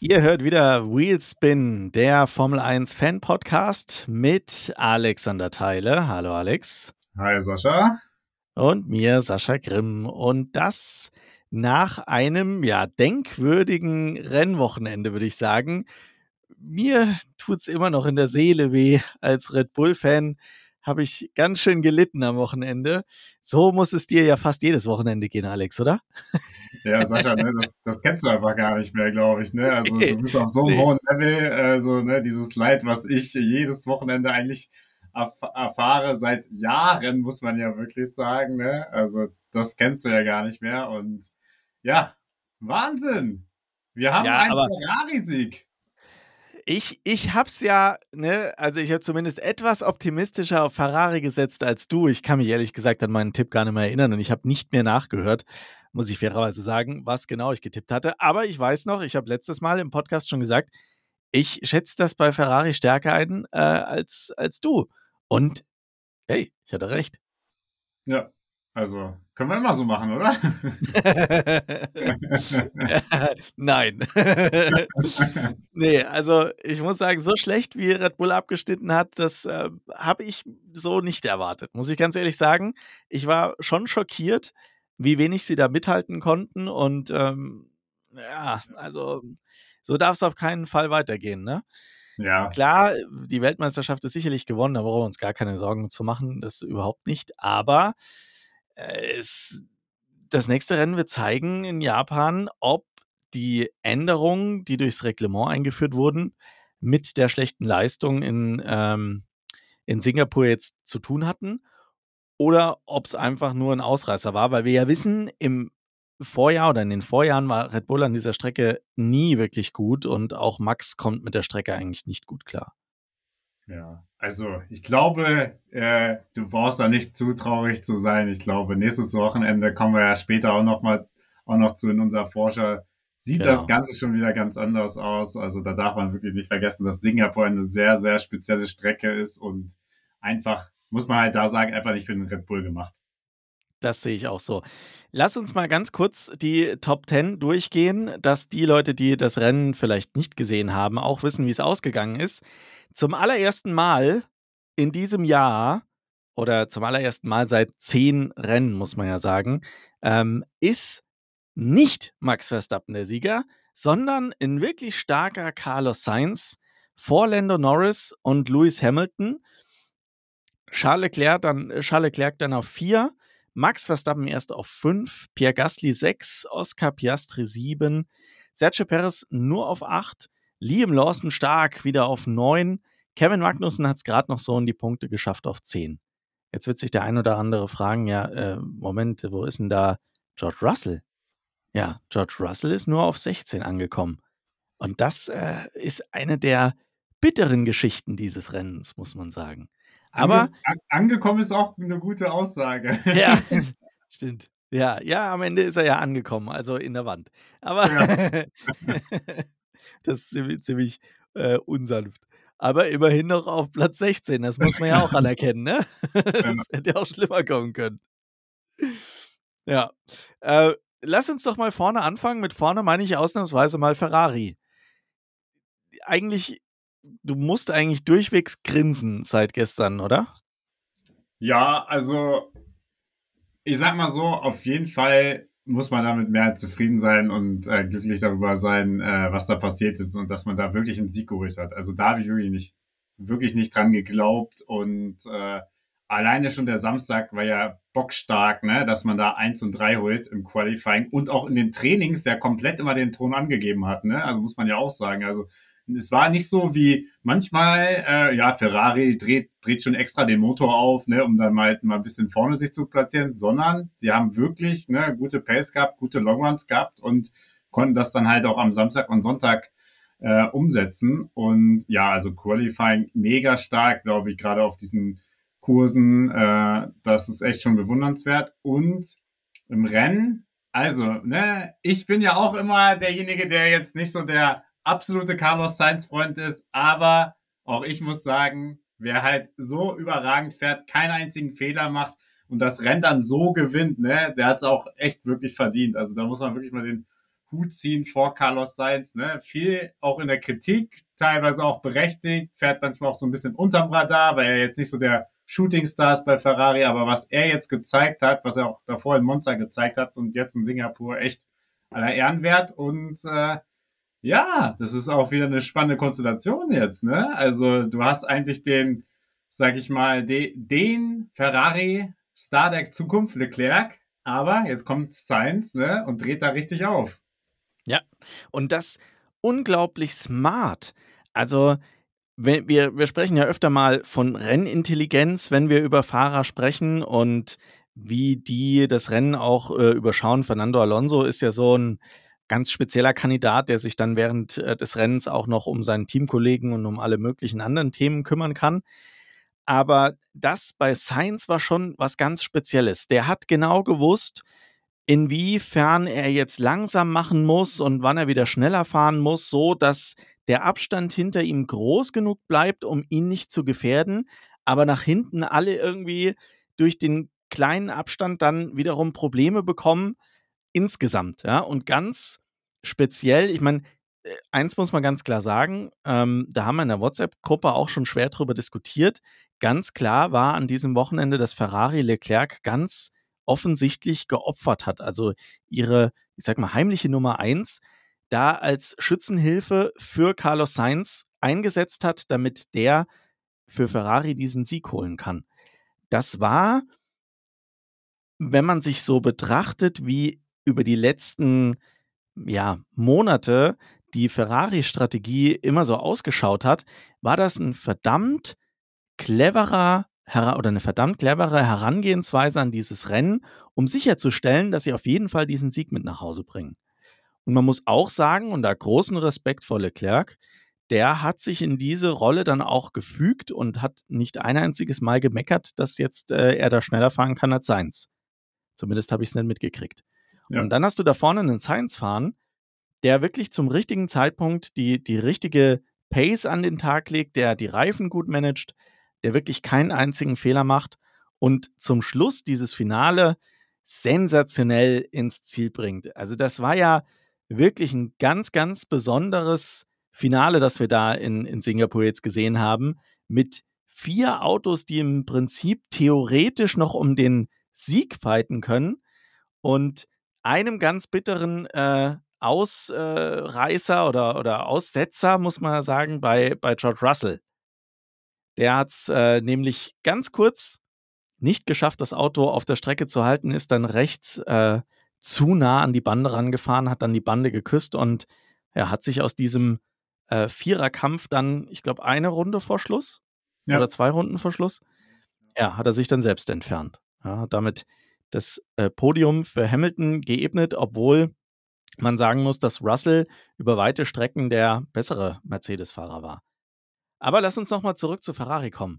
Ihr hört wieder Wheelspin, der Formel 1 Fan-Podcast mit Alexander Theile. Hallo Alex. Hi Sascha. Und mir, Sascha Grimm. Und das nach einem, ja, denkwürdigen Rennwochenende, würde ich sagen. Mir tut's immer noch in der Seele weh. Als Red Bull-Fan habe ich ganz schön gelitten am Wochenende. So muss es dir ja fast jedes Wochenende gehen, Alex, oder? Ja, Sascha, ne, das kennst du einfach gar nicht mehr, glaube ich. Ne? Also Nee, du bist auf so einem nee. hohen Level, also ne, dieses Leid, was ich jedes Wochenende eigentlich erfahre, seit Jahren, muss man ja wirklich sagen. Ne? Also das kennst du ja gar nicht mehr. Und ja, Wahnsinn. Wir haben Ja, einen aber Ferrari-Sieg. ich habe es ja, ne, also ich habe zumindest etwas optimistischer auf Ferrari gesetzt als du. Ich kann mich ehrlich gesagt an meinen Tipp gar nicht mehr erinnern und ich habe nicht mehr nachgehört, muss ich fairerweise sagen, was genau ich getippt hatte. Aber ich weiß noch, ich habe letztes Mal im Podcast schon gesagt, ich schätze das bei Ferrari stärker ein als du. Und hey, ich hatte recht. Ja, also können wir immer so machen, oder? Nein. Ne, also, ich muss sagen, so schlecht wie Red Bull abgeschnitten hat, das, habe ich so nicht erwartet, muss ich ganz ehrlich sagen. Ich war schon schockiert, wie wenig sie da mithalten konnten und, ja, also, so darf's auf keinen Fall weitergehen, ne? Ja, Klar, die Weltmeisterschaft ist sicherlich gewonnen, da brauchen wir uns gar keine Sorgen zu machen, das überhaupt nicht. Aber, es das nächste Rennen wird zeigen in Japan, ob die Änderungen, die durchs Reglement eingeführt wurden, mit der schlechten Leistung in Singapur jetzt zu tun hatten oder ob's einfach nur 'n Ausreißer war, weil wir ja wissen, im Vorjahr oder in den Vorjahren war Red Bull an dieser Strecke nie wirklich gut und auch Max kommt mit der Strecke eigentlich nicht gut klar. ja. Also, ich glaube, du brauchst da nicht zu traurig zu sein. Ich glaube, nächstes Wochenende kommen wir ja später auch noch zu in unserer Forscher. Sieht das Genau. Ganze schon wieder ganz anders aus. Also, da darf man wirklich nicht vergessen, dass Singapur eine sehr, sehr spezielle Strecke ist und einfach, muss man halt da sagen, einfach nicht für den Red Bull gemacht. Das sehe ich auch so. Lass uns mal ganz kurz die Top 10 durchgehen, dass die Leute, die das Rennen vielleicht nicht gesehen haben, auch wissen, wie es ausgegangen ist. Zum allerersten Mal in diesem Jahr oder zum allerersten Mal seit 10 Rennen, muss man ja sagen, ist nicht Max Verstappen der Sieger, sondern ein wirklich starker Carlos Sainz vor Lando Norris und Lewis Hamilton. Charles Leclerc dann auf 4, Max Verstappen erst auf 5, Pierre Gasly 6, Oscar Piastri 7, Sergio Perez nur auf 8, Liam Lawson stark wieder auf 9, Kevin Magnussen hat es gerade noch so in die Punkte geschafft auf 10. Jetzt wird sich der ein oder andere fragen, ja, Moment, wo ist denn da George Russell? Ja, George Russell ist nur auf 16 angekommen. Und das, ist eine der bitteren Geschichten dieses Rennens, muss man sagen. Aber Angekommen ist auch eine gute Aussage. ja, stimmt. Ja, ja, am Ende ist er ja angekommen, also in der Wand. Aber Ja, das ist ziemlich, unsanft. Aber immerhin noch auf Platz 16, das muss man ja auch anerkennen, ne? ja. Es hätte ja auch schlimmer kommen können. Ja. Äh, Lass uns doch mal vorne anfangen. Mit vorne meine ich ausnahmsweise mal Ferrari. Eigentlich Du musst eigentlich durchwegs grinsen seit gestern, oder? Ja, also ich sag mal so, auf jeden Fall muss man damit mehr als zufrieden sein und glücklich darüber sein, was da passiert ist und dass man da wirklich einen Sieg geholt hat. Also da habe ich wirklich nicht dran geglaubt und alleine schon der Samstag war ja bockstark, ne, dass man da 1 und 3 holt im Qualifying und auch in den Trainings ja komplett immer den Ton angegeben hat, ne? Also muss man ja auch sagen. Also es war nicht so wie manchmal, ja, Ferrari dreht schon extra den Motor auf, ne, um dann mal ein bisschen vorne sich zu platzieren, sondern sie haben wirklich ne, gute Pace gehabt, gute Longruns gehabt und konnten das dann halt auch am Samstag und Sonntag umsetzen. Und ja, also Qualifying mega stark, glaube ich, gerade auf diesen Kursen. Das ist echt schon bewundernswert. Und im Rennen, also, ne, ich bin ja auch immer derjenige, der jetzt nicht so der absolute Carlos Sainz-Freund ist, aber auch ich muss sagen, wer halt so überragend fährt, keinen einzigen Fehler macht und das Rennen dann so gewinnt, ne, der hat es auch echt wirklich verdient. Also da muss man wirklich mal den Hut ziehen vor Carlos Sainz. Ne? Viel auch in der Kritik, teilweise auch berechtigt, fährt manchmal auch so ein bisschen unterm Radar, weil er jetzt nicht so der Shootingstar ist bei Ferrari, aber was er jetzt gezeigt hat, was er auch davor in Monza gezeigt hat und jetzt in Singapur, echt aller Ehren wert. Und ja, das ist auch wieder eine spannende Konstellation jetzt. Ne? Also du hast eigentlich den, sag ich mal, den Ferrari-Star der Zukunft, Leclerc, aber jetzt kommt Sainz, ne, und dreht da richtig auf. Ja, und das unglaublich smart. Also, wir sprechen ja öfter mal von Rennintelligenz, wenn wir über Fahrer sprechen und wie die das Rennen auch, überschauen. Fernando Alonso ist ja so ein ganz spezieller Kandidat, der sich dann während, des Rennens auch noch um seinen Teamkollegen und um alle möglichen anderen Themen kümmern kann. Aber das bei Sainz war schon was ganz Spezielles. Der hat genau gewusst, inwiefern er jetzt langsam machen muss und wann er wieder schneller fahren muss, so dass der Abstand hinter ihm groß genug bleibt, um ihn nicht zu gefährden, aber nach hinten alle irgendwie durch den kleinen Abstand dann wiederum Probleme bekommen insgesamt, ja? Und ganz speziell, ich meine, eins muss man ganz klar sagen, da haben wir in der WhatsApp-Gruppe auch schon schwer drüber diskutiert. Ganz klar war an diesem Wochenende, dass Ferrari Leclerc ganz offensichtlich geopfert hat. Also ihre, ich sag mal, heimliche Nummer eins da als Schützenhilfe für Carlos Sainz eingesetzt hat, damit der für Ferrari diesen Sieg holen kann. Das war, wenn man sich so betrachtet, wie über die letzten, ja, Monate die Ferrari-Strategie immer so ausgeschaut hat, war das ein verdammt cleverer oder eine verdammt clevere Herangehensweise an dieses Rennen, um sicherzustellen, dass sie auf jeden Fall diesen Sieg mit nach Hause bringen. Und man muss auch sagen, und da großen Respekt vor Leclerc, der hat sich in diese Rolle dann auch gefügt und hat nicht ein einziges Mal gemeckert, dass jetzt, er da schneller fahren kann als Sainz. Zumindest habe ich es nicht mitgekriegt. Und Ja. dann hast du da vorne einen Sainz fahren, der wirklich zum richtigen Zeitpunkt die richtige Pace an den Tag legt, der die Reifen gut managt, der wirklich keinen einzigen Fehler macht und zum Schluss dieses Finale sensationell ins Ziel bringt. Also, das war ja wirklich ein ganz, ganz besonderes Finale, das wir da in Singapur jetzt gesehen haben, mit 4 Autos, die im Prinzip theoretisch noch um den Sieg fighten können und einem ganz bitteren, Ausreißer oder Aussetzer, muss man ja sagen, bei George Russell. Der hat's, nämlich ganz kurz nicht geschafft, das Auto auf der Strecke zu halten, ist dann rechts, zu nah an die Bande rangefahren, hat dann die Bande geküsst und, ja, hat sich aus diesem, Viererkampf dann, ich glaube, eine Runde vor Schluss oder Ja. 2 Runden vor Schluss, ja, hat er sich dann selbst entfernt. Ja, hat damit das, Podium für Hamilton geebnet, obwohl man sagen muss, dass Russell über weite Strecken der bessere Mercedes-Fahrer war. Aber lass uns noch mal zurück zu Ferrari kommen.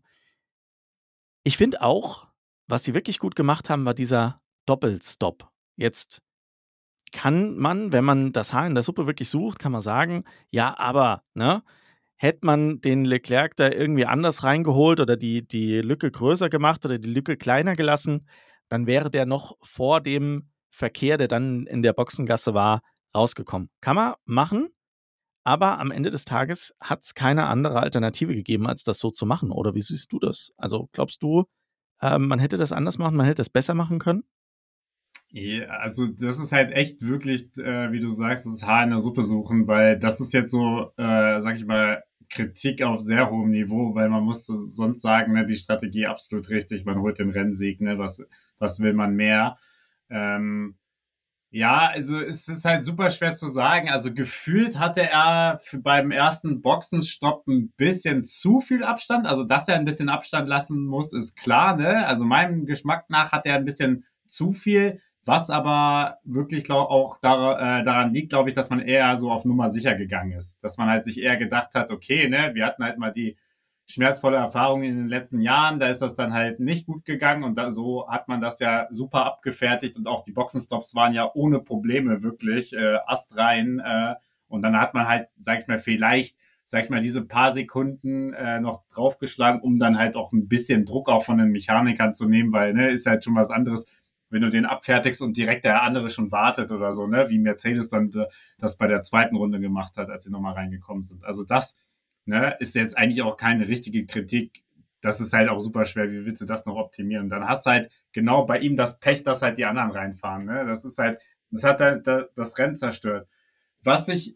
Ich finde auch, was sie wirklich gut gemacht haben, war dieser Doppelstopp. Jetzt kann man, wenn man das Haar in der Suppe wirklich sucht, kann man sagen: „Ja, aber, ne, hätte man den Leclerc da irgendwie anders reingeholt oder die Lücke größer gemacht oder die Lücke kleiner gelassen, dann wäre der noch vor dem Verkehr, der dann in der Boxengasse war, rausgekommen.“ Kann man machen, aber am Ende des Tages hat es keine andere Alternative gegeben, als das so zu machen. Oder wie siehst du das? Also, glaubst du, man hätte das anders machen, man hätte das besser machen können? Ja, also das ist halt echt wirklich, wie du sagst, das ist Haar in der Suppe suchen, weil das ist jetzt so, sag ich mal, Kritik auf sehr hohem Niveau, weil man musste sonst sagen, ne, die Strategie absolut richtig, man holt den Rennsieg, ne, was will man mehr? Ähm, ja, also es ist halt super schwer zu sagen. Also gefühlt hatte er beim ersten Boxenstopp ein bisschen zu viel Abstand. Also dass er ein bisschen Abstand lassen muss, ist klar. Ne? Also meinem Geschmack nach hat er ein bisschen zu viel, was aber wirklich auch daran liegt, glaube ich, dass man eher so auf Nummer sicher gegangen ist. Dass man halt sich eher gedacht hat, okay, ne, wir hatten halt mal die schmerzvolle Erfahrung in den letzten Jahren, da ist das dann halt nicht gut gegangen und so hat man das ja super abgefertigt und auch die Boxenstops waren ja ohne Probleme wirklich astrein und dann hat man halt, sag ich mal, vielleicht, sag ich mal, diese paar Sekunden noch draufgeschlagen, um dann halt auch ein bisschen Druck auch von den Mechanikern zu nehmen, weil ne, ist halt schon was anderes, wenn du den abfertigst und direkt der andere schon wartet oder so, ne? Wie Mercedes dann das bei der zweiten Runde gemacht hat, als sie nochmal reingekommen sind. Also das, ne, ist jetzt eigentlich auch keine richtige Kritik. Das ist halt auch super schwer. Wie willst du das noch optimieren? Dann hast du halt genau bei ihm das Pech, dass halt die anderen reinfahren. Ne? Das ist halt, das hat halt das Rennen zerstört. Was ich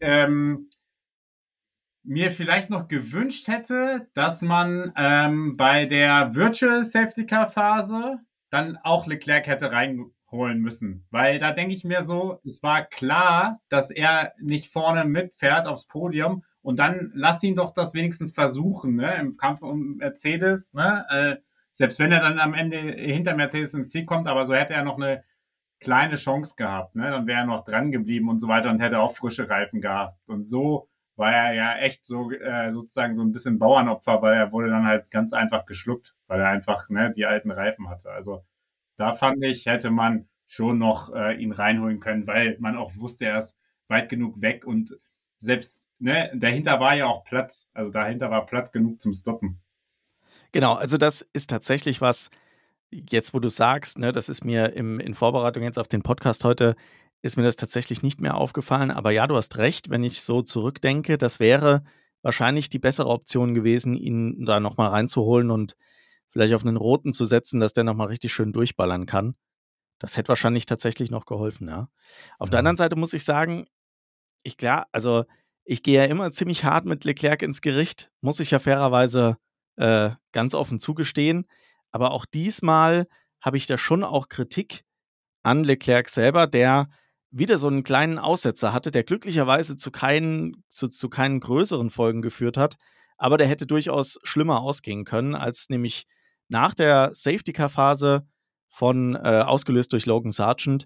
mir vielleicht noch gewünscht hätte, dass man bei der Virtual Safety Car Phase dann auch Leclerc hätte reinholen müssen. Weil da denke ich mir so, es war klar, dass er nicht vorne mitfährt aufs Podium und dann lass ihn doch das wenigstens versuchen, ne? Im Kampf um Mercedes, ne? Selbst wenn er dann am Ende hinter Mercedes ins Ziel kommt, aber so hätte er noch eine kleine Chance gehabt, ne? Dann wäre er noch dran geblieben und so weiter und hätte auch frische Reifen gehabt. Und so war er ja echt so sozusagen so ein bisschen Bauernopfer, weil er wurde dann halt ganz einfach geschluckt, weil er einfach ne, die alten Reifen hatte. Also da fand ich, hätte man schon noch ihn reinholen können, weil man auch wusste, er ist weit genug weg und selbst ne, dahinter war ja auch Platz. Also dahinter war Platz genug zum Stoppen. Genau, also das ist tatsächlich was, jetzt wo du sagst, ne, das ist mir in Vorbereitung jetzt auf den Podcast heute, ist mir das tatsächlich nicht mehr aufgefallen. Aber ja, du hast recht, wenn ich so zurückdenke, das wäre wahrscheinlich die bessere Option gewesen, ihn da noch mal reinzuholen und vielleicht auf einen Roten zu setzen, dass der noch mal richtig schön durchballern kann. Das hätte wahrscheinlich tatsächlich noch geholfen, ja. Auf der Ja. anderen Seite muss ich sagen, also, ich gehe ja immer ziemlich hart mit Leclerc ins Gericht, muss ich ja fairerweise, ganz offen zugestehen. Aber auch diesmal habe ich da schon auch Kritik an Leclerc selber, der wieder so einen kleinen Aussetzer hatte, der glücklicherweise zu keinen größeren Folgen geführt hat, aber der hätte durchaus schlimmer ausgehen können, als nämlich nach der Safety-Car-Phase ausgelöst durch Logan Sargent,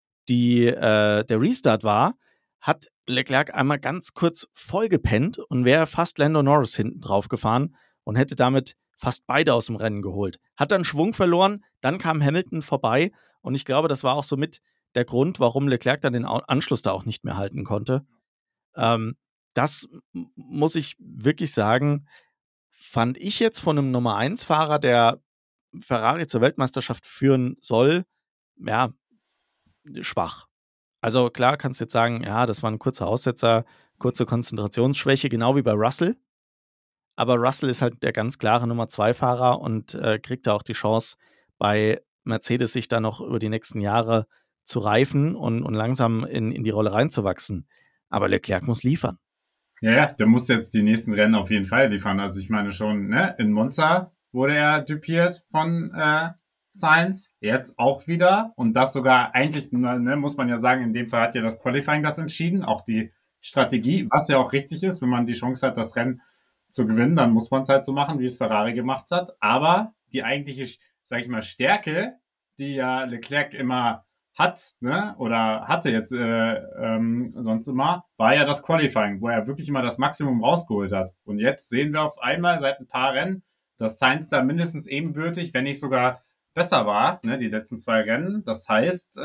der Restart war, hat Leclerc einmal ganz kurz voll gepennt und wäre fast Lando Norris hinten drauf gefahren und hätte damit fast beide aus dem Rennen geholt. Hat dann Schwung verloren, dann kam Hamilton vorbei und ich glaube, das war auch so mit der Grund, warum Leclerc dann den Anschluss da auch nicht mehr halten konnte. Ähm, das muss ich wirklich sagen, fand ich jetzt von einem Nummer 1 Fahrer, der Ferrari zur Weltmeisterschaft führen soll, ja, schwach. Also klar kannst du jetzt sagen, ja, das war ein kurzer Aussetzer, kurze Konzentrationsschwäche, genau wie bei Russell. Aber Russell ist halt der ganz klare Nummer 2 Fahrer und, kriegt da auch die Chance, bei Mercedes sich da noch über die nächsten Jahre zu reifen und langsam in die Rolle reinzuwachsen. Aber Leclerc muss liefern. Ja, ja, der muss jetzt die nächsten Rennen auf jeden Fall liefern. Also ich meine schon, ne, in Monza wurde er düpiert von Sainz, jetzt auch wieder. Und das sogar eigentlich, ne, muss man ja sagen, in dem Fall hat ja das Qualifying das entschieden, auch die Strategie, was ja auch richtig ist, wenn man die Chance hat, das Rennen zu gewinnen, dann muss man es halt so machen, wie es Ferrari gemacht hat. Aber die eigentliche, sag ich mal, Stärke, die ja Leclerc immer hat, ne, oder hatte jetzt sonst immer, war ja das Qualifying, wo er wirklich immer das Maximum rausgeholt hat. Und jetzt sehen wir auf einmal seit ein paar Rennen, dass Sainz da mindestens ebenbürtig, wenn nicht sogar besser war, ne, die letzten 2 Rennen. Das heißt,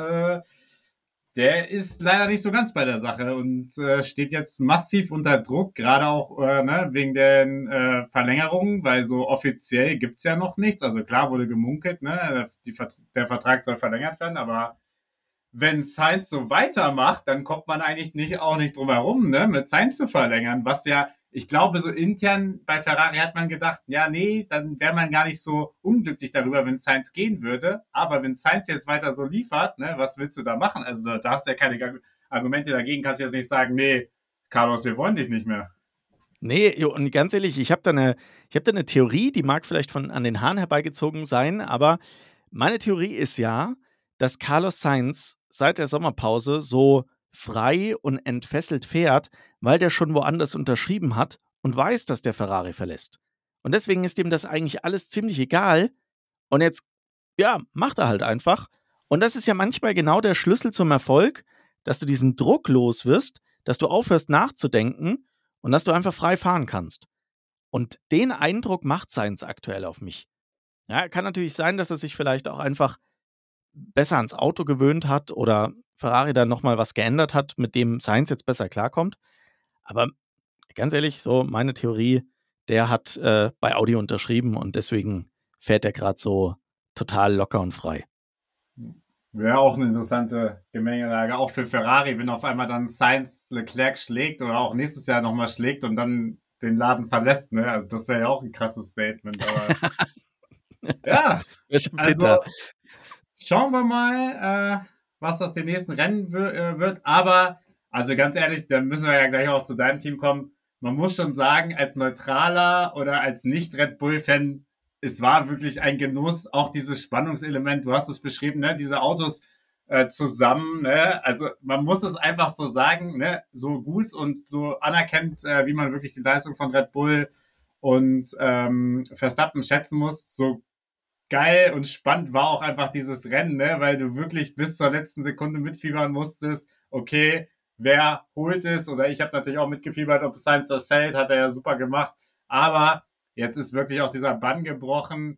der ist leider nicht so ganz bei der Sache und steht jetzt massiv unter Druck, gerade auch ne, wegen den Verlängerungen, weil so offiziell gibt's ja noch nichts. Also klar wurde gemunkelt, ne, der Vertrag soll verlängert werden, aber wenn Sainz so weitermacht, dann kommt man eigentlich auch nicht drum herum, ne, mit Sainz zu verlängern, was ja, ich glaube, so intern bei Ferrari hat man gedacht, ja, nee, dann wäre man gar nicht so unglücklich darüber, wenn Sainz gehen würde. Aber wenn Sainz jetzt weiter so liefert, ne, was willst du da machen? Also da hast du ja keine Argumente dagegen, kannst du jetzt nicht sagen, nee, Carlos, wir wollen dich nicht mehr. Nee, jo, und ganz ehrlich, ich habe da 'ne Theorie, die mag vielleicht an den Haaren herbeigezogen sein, aber meine Theorie ist ja, dass Carlos Sainz seit der Sommerpause so frei und entfesselt fährt, weil der schon woanders unterschrieben hat und weiß, dass der Ferrari verlässt. Und deswegen ist ihm das eigentlich alles ziemlich egal und jetzt, ja, macht er halt einfach. Und das ist ja manchmal genau der Schlüssel zum Erfolg, dass du diesen Druck los wirst, dass du aufhörst nachzudenken und dass du einfach frei fahren kannst. Und den Eindruck macht Sainz aktuell auf mich. Ja, kann natürlich sein, dass er sich vielleicht auch einfach besser ans Auto gewöhnt hat oder Ferrari dann noch mal was geändert hat, mit dem Sainz jetzt besser klarkommt. Aber ganz ehrlich, so meine Theorie, der hat, bei Audi unterschrieben und deswegen fährt er gerade so total locker und frei. Wäre auch eine interessante Gemengelage, auch für Ferrari, wenn auf einmal dann Sainz Leclerc schlägt oder auch nächstes Jahr nochmal schlägt und dann den Laden verlässt, ne? Also das wäre ja auch ein krasses Statement, aber ja, Wäre schon bitter. also schauen wir mal, was aus den nächsten Rennen wird. Aber, also ganz ehrlich, dann müssen wir ja gleich auch zu deinem Team kommen. Man muss schon sagen, als Neutraler oder als Nicht-Red Bull-Fan, es war wirklich ein Genuss, auch dieses Spannungselement. Du hast es beschrieben, ne? Diese Autos zusammen. Ne? Also man muss es einfach so sagen, ne? So gut und so anerkennt, wie man wirklich die Leistung von Red Bull und Verstappen schätzen muss, so geil und spannend war auch einfach dieses Rennen, ne? Weil du wirklich bis zur letzten Sekunde mitfiebern musstest. Okay, wer holt es? Oder ich habe natürlich auch mitgefiebert, ob Sainz das hält, hat er ja super gemacht. Aber jetzt ist wirklich auch dieser Bann gebrochen.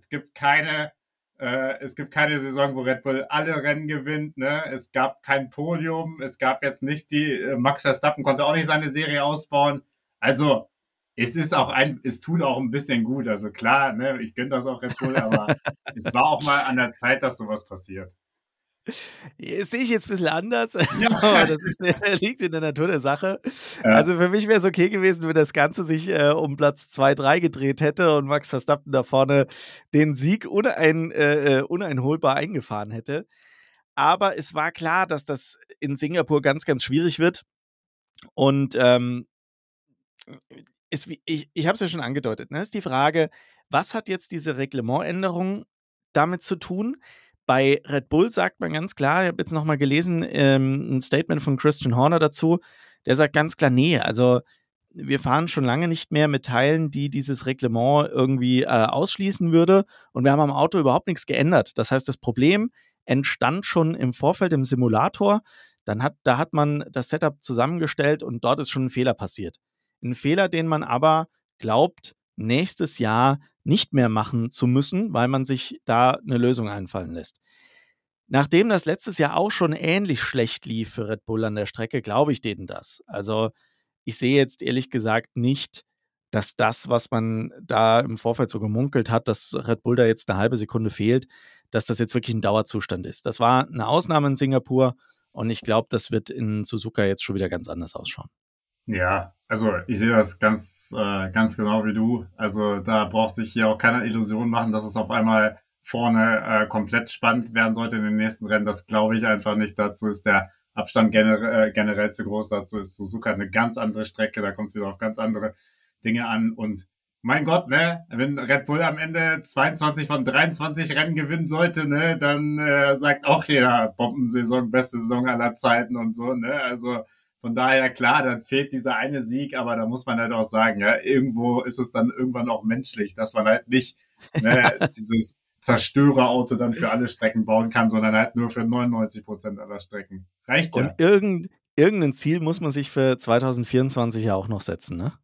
Es gibt keine Saison, wo Red Bull alle Rennen gewinnt. Ne? Es gab kein Podium. Es gab jetzt nicht Max Verstappen konnte auch nicht seine Serie ausbauen. Also es tut auch ein bisschen gut. Also klar, ne, ich gönne das auch Red Bull, aber es war auch mal an der Zeit, dass sowas passiert. Das sehe ich jetzt 'n bisschen anders, Ja. aber das ist liegt in der Natur der Sache. Ja, Also, für mich wäre es okay gewesen, wenn das Ganze sich, um Platz 2, 3 gedreht hätte und Max Verstappen da vorne den Sieg uneinholbar eingefahren hätte. Aber es war klar, dass das in Singapur ganz, ganz schwierig wird und, ich habe es ja schon angedeutet, ne? Ist die Frage, was hat jetzt diese Reglementänderung damit zu tun? Bei Red Bull sagt man ganz klar, ich habe jetzt noch mal gelesen, 'n Statement von Christian Horner dazu, der sagt ganz klar: „Ne, also, wir fahren schon lange nicht mehr mit Teilen, die dieses Reglement irgendwie, ausschließen würde und wir haben am Auto überhaupt nichts geändert.“ Das heißt, das Problem entstand schon im Vorfeld im Simulator. Da hat man das Setup zusammengestellt und dort ist schon ein Fehler passiert. 'N Fehler, den man aber glaubt, nächstes Jahr nicht mehr machen zu müssen, weil man sich da 'ne Lösung einfallen lässt. Nachdem das letztes Jahr auch schon ähnlich schlecht lief für Red Bull an der Strecke, glaube ich denen das. Also, ich sehe jetzt ehrlich gesagt nicht, dass das, was man da im Vorfeld so gemunkelt hat, dass Red Bull da jetzt 'ne halbe Sekunde fehlt, dass das jetzt wirklich 'n Dauerzustand ist. Das war 'ne Ausnahme in Singapur und ich glaube, das wird in Suzuka jetzt schon wieder ganz anders ausschauen. ja, also ich sehe das ganz genau wie du. Also da braucht sich hier auch keiner Illusion machen, dass es auf einmal vorne komplett spannend werden sollte in den nächsten Rennen. Das glaube ich einfach nicht. Dazu ist der Abstand generell zu groß. Dazu ist Suzuka eine ganz andere Strecke. Da kommt es wieder auf ganz andere Dinge an. Und mein Gott, ne, wenn Red Bull am Ende 22 von 23 Rennen gewinnen sollte, ne, dann sagt auch jeder Bombensaison, beste Saison aller Zeiten und so, ne. Also von daher, klar, dann fehlt dieser eine Sieg, aber da muss man halt auch sagen, ja, irgendwo ist es dann irgendwann auch menschlich, dass man halt nicht dieses Zerstörerauto dann für alle Strecken bauen kann, sondern halt nur für 99% aller Strecken. Reicht Und ja. irgendein Ziel muss man sich für 2024 ja auch noch setzen, ne?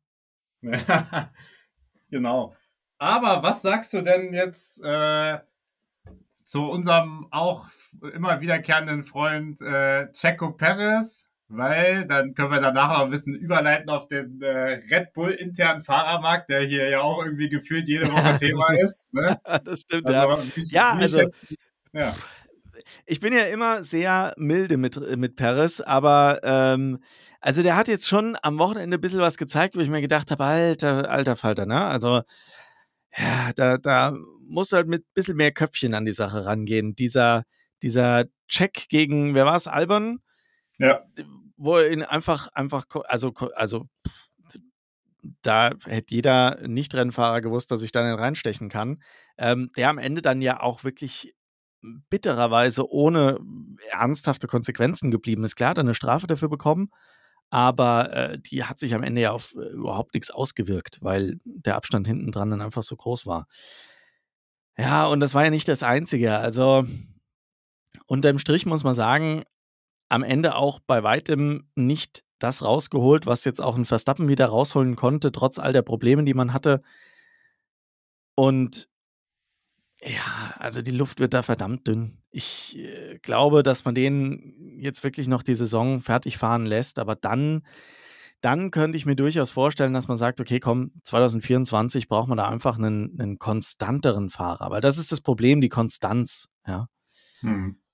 Genau. Aber was sagst du denn jetzt zu unserem auch immer wiederkehrenden Freund Checo Perez? Weil dann können wir danach noch ein bisschen überleiten auf den Red Bull internen Fahrermarkt, der hier ja auch irgendwie gefühlt jede Woche Thema ist. Ne? Das stimmt, Also ja. Ja, wie also, schätzt ja. ich bin ja immer sehr milde mit Perez, aber, also, der hat jetzt schon am Wochenende ein bisschen was gezeigt, wo ich mir gedacht habe: Alter Falter, ne? Also, ja, da musst du halt mit bisschen mehr Köpfchen an die Sache rangehen. Dieser Check gegen wer war's? Albon? Ja. Wo er ihn einfach also, da hätte jeder Nicht-Rennfahrer gewusst, dass ich da nicht reinstechen kann. Der am Ende dann ja auch wirklich bittererweise ohne ernsthafte Konsequenzen geblieben ist. Klar, hat er 'ne Strafe dafür bekommen, aber, die hat sich am Ende ja auf überhaupt nix ausgewirkt, weil der Abstand hinten dran dann einfach so groß war. Ja, und das war ja nicht das Einzige. Also, unterm Strich muss man sagen, am Ende auch bei weitem nicht das rausgeholt, was jetzt auch 'n Verstappen wieder rausholen konnte, trotz all der Probleme, die man hatte. Und ja, also die Luft wird da verdammt dünn. Ich, glaube, dass man den jetzt wirklich noch die Saison fertig fahren lässt, aber dann könnte ich mir durchaus vorstellen, dass man sagt: „Okay, komm, 2024 braucht man da einfach einen konstanteren Fahrer.“ Weil das ist das Problem, die Konstanz, ja. Hm.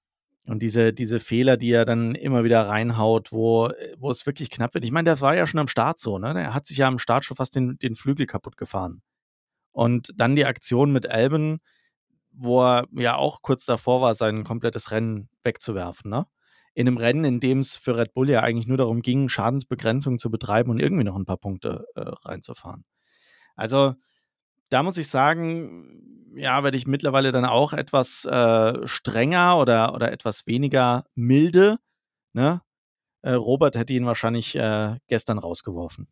Und diese Fehler, die er dann immer wieder reinhaut, wo es wirklich knapp wird. Ich meine, das war ja schon am Start so, ne? Der hat sich ja am Start schon fast den Flügel kaputt gefahren. Und dann die Aktion mit Albon, wo er ja auch kurz davor war, sein komplettes Rennen wegzuwerfen, ne? In einem Rennen, in dem es für Red Bull ja eigentlich nur darum ging, Schadensbegrenzung zu betreiben und irgendwie noch ein paar Punkte reinzufahren. Also, da muss ich sagen, ja, werde ich mittlerweile dann auch etwas strenger oder etwas weniger milde, ne? Robert hätte ihn wahrscheinlich gestern rausgeworfen.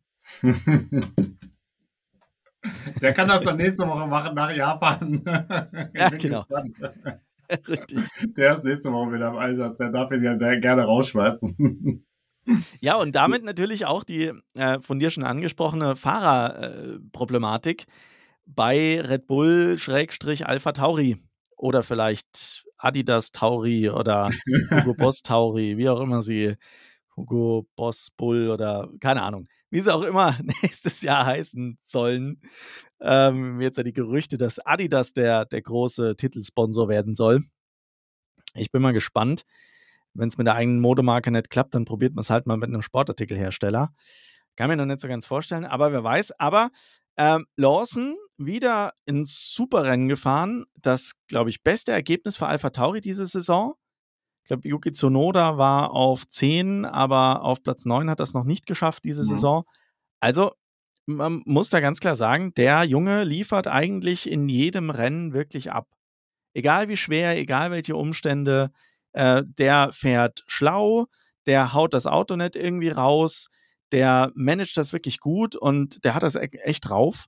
Der kann das dann nächste Woche machen nach Japan. Ja, Ich bin genau. gespannt. Richtig. Der ist nächste Woche wieder im Einsatz. Der darf ihn ja gerne rausschmeißen. Ja, und damit natürlich auch die von dir schon angesprochene Fahrerproblematik bei Red Bull Schrägstrich Alpha Tauri oder vielleicht Adidas Tauri oder Hugo Boss Tauri, wie auch immer sie Hugo Boss Bull oder keine Ahnung, wie sie auch immer nächstes Jahr heißen sollen. Jetzt ja die Gerüchte, dass Adidas der große Titelsponsor werden soll. Ich bin mal gespannt. Wenn es mit der eigenen Modemarke nicht klappt, dann probiert man es halt mal mit einem Sportartikelhersteller. Kann mir noch nicht so ganz vorstellen, aber wer weiß. Aber Lawson wieder ins Superrennen gefahren. Das, glaube ich, beste Ergebnis für Alpha Tauri diese Saison. Ich glaube, Yuki Tsunoda war auf 10, aber auf Platz 9 hat das noch nicht geschafft diese Saison. Also, man muss da ganz klar sagen, der Junge liefert eigentlich in jedem Rennen wirklich ab. Egal wie schwer, egal welche Umstände, der fährt schlau, der haut das Auto nicht irgendwie raus, der managt das wirklich gut und der hat das echt drauf.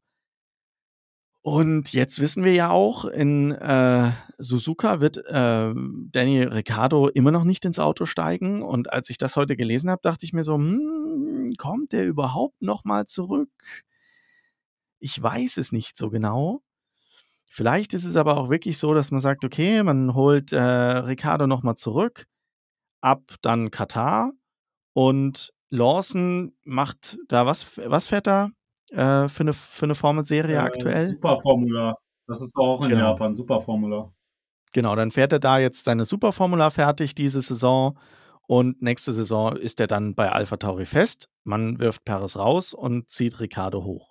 Und jetzt wissen wir ja auch, in Suzuka wird Daniel Ricciardo immer noch nicht ins Auto steigen. Und als ich das heute gelesen habe, dachte ich mir so, kommt der überhaupt noch mal zurück? Ich weiß es nicht so genau. Vielleicht ist es aber auch wirklich so, dass man sagt, okay, man holt Ricciardo noch mal zurück, ab dann Katar und Lawson macht da was fährt er für eine Formel-Serie aktuell? Superformula. Das ist auch in Genau. Japan. Superformula. Genau, dann fährt er da jetzt seine Superformula fertig diese Saison und nächste Saison ist er dann bei Alpha Tauri fest. Man wirft Perez raus und zieht Ricciardo hoch.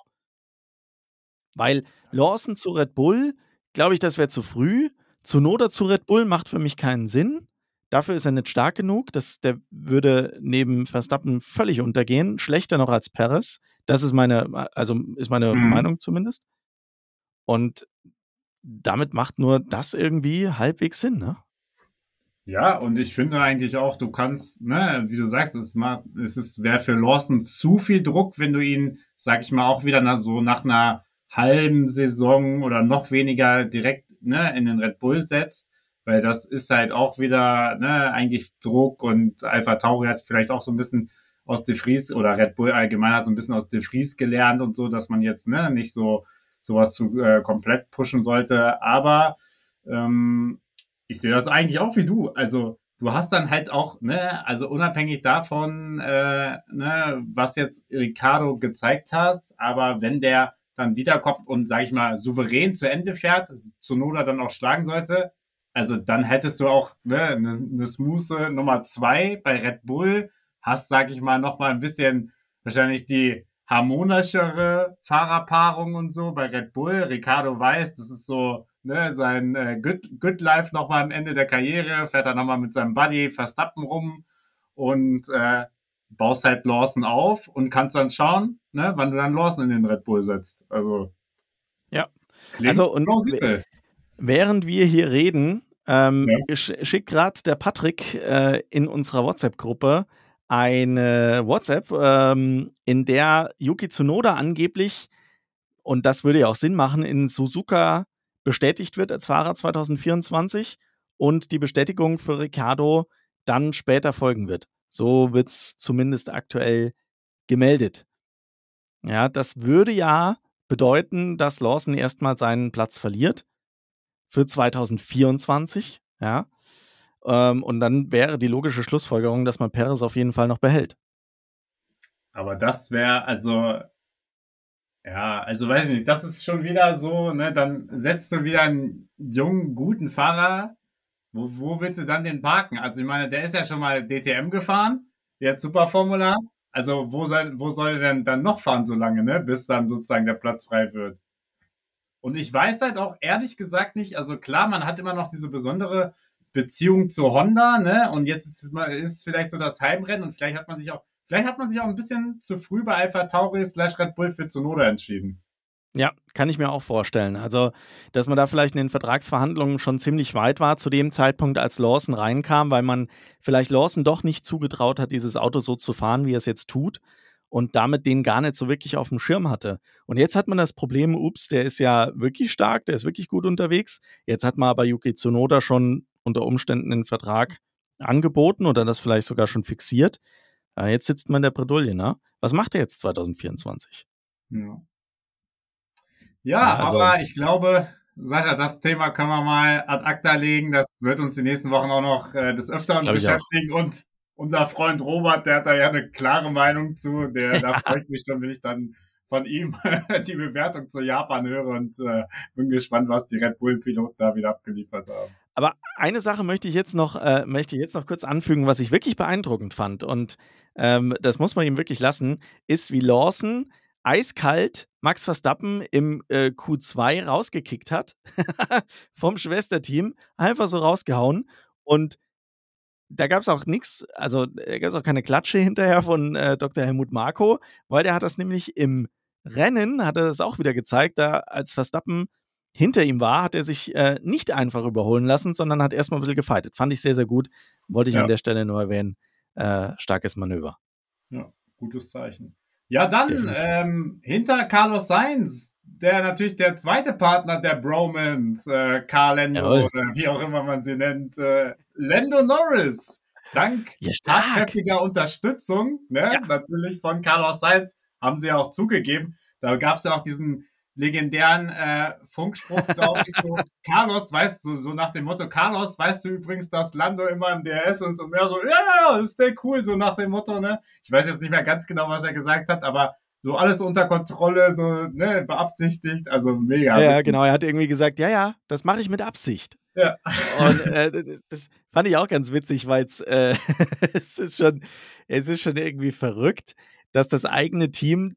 Weil Lawson zu Red Bull, glaube ich, das wäre zu früh. Tsunoda zu Red Bull macht für mich keinen Sinn. Dafür ist er nicht stark genug. Der würde neben Verstappen völlig untergehen. Schlechter noch als Perez. Das ist meine Mhm. Meinung zumindest. Und damit macht nur das irgendwie halbwegs Sinn, ne? Ja, und ich finde eigentlich auch, du kannst, ne, wie du sagst, wäre für Lawson zu viel Druck, wenn du ihn, sag ich mal, auch wieder nach einer halben Saison oder noch weniger direkt, ne, in den Red Bull setzt, weil das ist halt auch wieder, ne, eigentlich Druck und Alpha Tauri hat vielleicht auch so ein bisschen aus De Vries oder Red Bull allgemein hat so ein bisschen aus De Vries gelernt und so, dass man jetzt, ne, nicht sowas zu komplett pushen sollte, aber ich sehe das eigentlich auch wie du. Also du hast dann halt auch, ne, also unabhängig davon, ne, was jetzt Ricardo gezeigt hat, aber wenn der dann wiederkommt und, sag ich mal, souverän zu Ende fährt, Tsunoda dann auch schlagen sollte, also dann hättest du auch eine smooth Nummer 2 bei Red Bull, hast, sag ich mal, noch mal ein bisschen wahrscheinlich die harmonischere Fahrerpaarung und so bei Red Bull. Ricardo weiß, das ist so, ne, sein Good Life nochmal am Ende der Karriere, fährt er nochmal mit seinem Buddy Verstappen rum und baust halt Lawson auf und kannst dann schauen, ne, wann du dann Lawson in den Red Bull setzt. Also Ja. klingt Also und plausibel. während wir hier reden, Ja. schickt gerade der Patrick in unserer WhatsApp-Gruppe eine WhatsApp, in der Yuki Tsunoda angeblich, und das würde ja auch Sinn machen, in Suzuka bestätigt wird als Fahrer 2024 und die Bestätigung für Ricciardo dann später folgen wird. So wird es zumindest aktuell gemeldet. Ja, das würde ja bedeuten, dass Lawson erstmal seinen Platz verliert für 2024, ja. Und dann wäre die logische Schlussfolgerung, dass man Perez auf jeden Fall noch behält. Aber das wäre, also, ja, also weiß ich nicht, das ist schon wieder so, ne, dann setzt du wieder einen jungen, guten Fahrer, wo willst du dann den parken? Also ich meine, der ist ja schon mal DTM gefahren, jetzt Superformula. Also wo soll er denn dann noch fahren so lange, ne? Bis dann sozusagen der Platz frei wird. Und ich weiß halt auch ehrlich gesagt nicht, also klar, man hat immer noch diese besondere Beziehung zu Honda, ne? Und jetzt ist vielleicht so das Heimrennen und vielleicht hat man sich auch ein bisschen zu früh bei Alpha Tauri / Red Bull für Tsunoda entschieden. Ja, kann ich mir auch vorstellen. Also, dass man da vielleicht in den Vertragsverhandlungen schon ziemlich weit war zu dem Zeitpunkt, als Lawson reinkam, weil man vielleicht Lawson doch nicht zugetraut hat, dieses Auto so zu fahren, wie er es jetzt tut und damit den gar nicht so wirklich auf dem Schirm hatte. Und jetzt hat man das Problem, ups, der ist ja wirklich stark, der ist wirklich gut unterwegs. Jetzt hat man aber Yuki Tsunoda schon unter Umständen einen Vertrag angeboten oder das vielleicht sogar schon fixiert. Jetzt sitzt man in der Bredouille, ne? Was macht er jetzt 2024? Ja. Ja, Ja, also aber ich glaube, Sascha, das Thema können wir mal ad acta legen. Das wird uns die nächsten Wochen auch noch des Öfteren glaube ich auch. beschäftigen. Und unser Freund Robert, der hat da ja eine klare Meinung zu. Da freue ich mich schon, wenn ich dann von ihm die Bewertung zu Japan höre und bin gespannt, was die Red Bull-Piloten da wieder abgeliefert haben. Aber eine Sache möchte ich jetzt noch kurz anfügen, was ich wirklich beeindruckend fand und, das muss man ihm wirklich lassen, ist, wie Lawson eiskalt Max Verstappen im, Q2 rausgekickt hat vom Schwesterteam, einfach so rausgehauen und da gab's auch nix, also, da gab's auch keine Klatsche hinterher von, Dr. Helmut Marko, weil der hat das nämlich im Rennen hat er das auch wieder gezeigt, da als Verstappen hinter ihm war, hat er sich, nicht einfach überholen lassen, sondern hat erst mal 'n bisschen gefightet. Fand ich sehr, sehr gut. Wollte ich an Ja, der Stelle nur erwähnen. Starkes Manöver, ja, gutes Zeichen. Ja, dann definitiv. hinter Carlos Sainz, der natürlich der zweite Partner der Bromance, Carlendo Jawohl. oder wie auch immer man sie nennt, Lando Norris. Dank Ja, stark. tatkräftiger Unterstützung, Ja. ne, natürlich von Carlos Sainz, haben sie ja auch zugegeben. Da gab es ja auch diesen legendären Funkspruch, glaube ich, so, Carlos, weißt du, so nach dem Motto, Carlos, weißt du übrigens, dass Lando immer im DRS ist und mehr so, ja, ist der cool, so nach dem Motto, ne? Ich weiß jetzt nicht mehr ganz genau, was er gesagt hat, aber so alles unter Kontrolle, so, ne, beabsichtigt, also Ja, mega, ja, wirklich. genau. Er hat irgendwie gesagt: „Ja, ja, das mache ich mit Absicht.“ Ja. Und, das fand ich auch ganz witzig, weil's, es es ist schon irgendwie verrückt, dass das eigene Team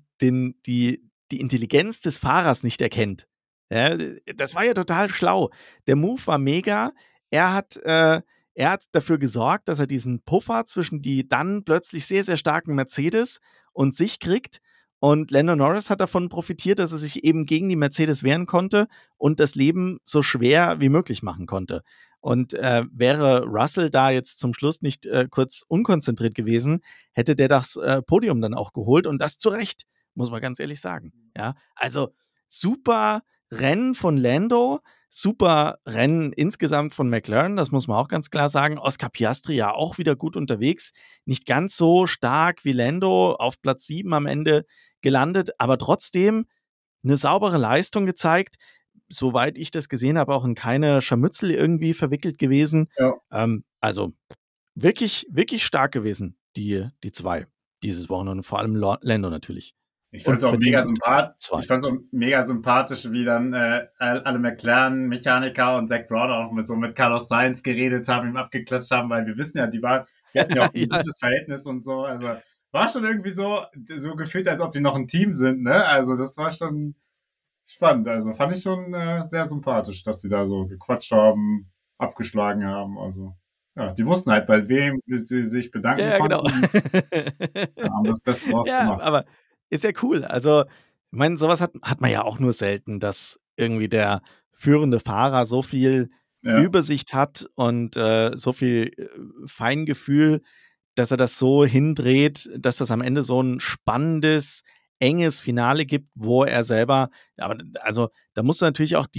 die Intelligenz des Fahrers nicht erkennt. Ja, das war ja total schlau. Der Move war mega. Er hat äh, er hat dafür gesorgt, dass er diesen Puffer zwischen die dann plötzlich sehr, sehr starken Mercedes und sich kriegt. Und Lando Norris hat davon profitiert, dass er sich eben gegen die Mercedes wehren konnte und das Leben so schwer wie möglich machen konnte. Und, wäre Russell da jetzt zum Schluss nicht, kurz unkonzentriert gewesen, hätte der das, Podium dann auch geholt und das zu Recht, muss man ganz ehrlich sagen, ja? Also, super Rennen von Lando, super Rennen insgesamt von McLaren, das muss man auch ganz klar sagen. Oscar Piastri ja auch wieder gut unterwegs, nicht ganz so stark wie Lando, auf Platz 7 am Ende gelandet, aber trotzdem eine saubere Leistung gezeigt. Soweit ich das gesehen habe, auch in keine Scharmützel irgendwie verwickelt gewesen. Ja. Also wirklich, wirklich stark gewesen, die 2 dieses Wochenende und vor allem Lando natürlich. Ich fand Und es auch mega verdient sympathisch. 2. Ich fand es auch mega sympathisch, wie dann alle McLaren-Mechaniker und Zach Brown auch mit Carlos Sainz geredet haben, ihm abgeklatscht haben, weil wir wissen ja, die hatten ja auch ein Ja, gutes Verhältnis und so. Also war schon irgendwie so gefühlt, als ob die noch ein Team sind, ne? Also das war schon spannend. Also fand ich schon sehr sympathisch, dass die da so gequatscht haben, abgeschlagen haben. Also ja, die wussten halt, bei wem sie sich ja, bedanken ja, genau. konnten und haben das Beste draus Ja, gemacht. aber ist ja cool. Also, ich meine, sowas hat man ja auch nur selten, dass irgendwie der führende Fahrer so viel Ja, Übersicht hat und, so viel, Feingefühl, dass er das so hindreht, dass das am Ende so 'n spannendes, enges Finale gibt, wo er selber aber also, da musst du natürlich auch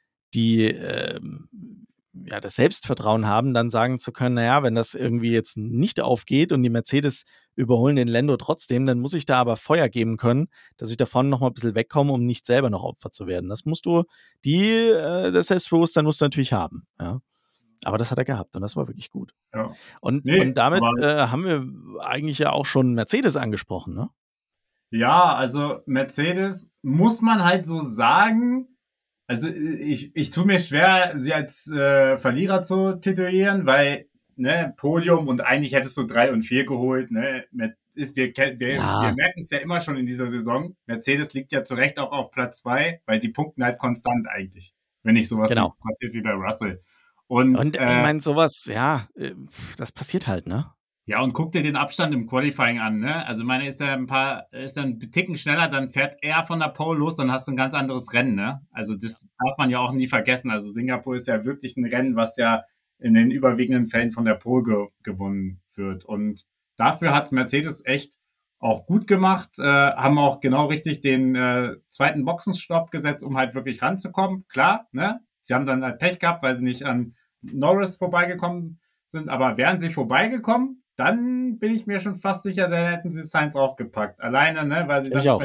ja, das Selbstvertrauen haben, dann sagen zu können: „Na ja, wenn das irgendwie jetzt nicht aufgeht und die Mercedes überholen den Lando trotzdem, dann muss ich da aber Feuer geben können, dass ich da vorne noch mal 'n bisschen wegkomme, um nicht selber noch Opfer zu werden.“ Das Selbstbewusstsein musst du natürlich haben, ja. Aber das hat er gehabt und das war wirklich gut. ja. Und Nee, damit, aber haben wir eigentlich ja auch schon Mercedes angesprochen, ne? ja, also Mercedes muss man halt so sagen, Also ich tue mir schwer, sie als Verlierer zu titulieren, weil ne, Podium und eigentlich hättest du 3 und 4 geholt. Ne? Wir Ja, merken es ja immer schon in dieser Saison. Mercedes liegt ja zu Recht auch auf Platz 2, weil die punkten halt konstant eigentlich, wenn nicht sowas wie genau. passiert wie bei Russell. Und Und ich meine, sowas, ja, das passiert halt, ne? ja, und guck dir den Abstand im Qualifying an, ne? Also, meine, ist er ein Ticken schneller, dann fährt er von der Pole los, dann hast du ein ganz anderes Rennen, ne? Also, das darf man ja auch nie vergessen. Also, Singapur ist ja wirklich ein Rennen, was ja in den überwiegenden Fällen von der Pole gewonnen wird. Und dafür hat Mercedes echt auch gut gemacht, haben auch genau richtig den zweiten Boxenstopp gesetzt, um halt wirklich ranzukommen. Klar, ne? Sie haben dann halt Pech gehabt, weil sie nicht an Norris vorbeigekommen sind, aber wären sie vorbeigekommen, dann bin ich mir schon fast sicher, dann hätten sie Sainz auch gepackt. Alleine, ne, weil sie Finde dann ich nicht mehr auch.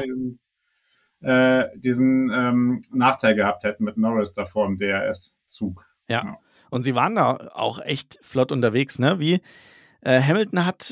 diesen Nachteil gehabt hätten mit Norris davor im DRS-Zug. Ja. Ja. Und sie waren da auch echt flott unterwegs, ne? Wie Hamilton hat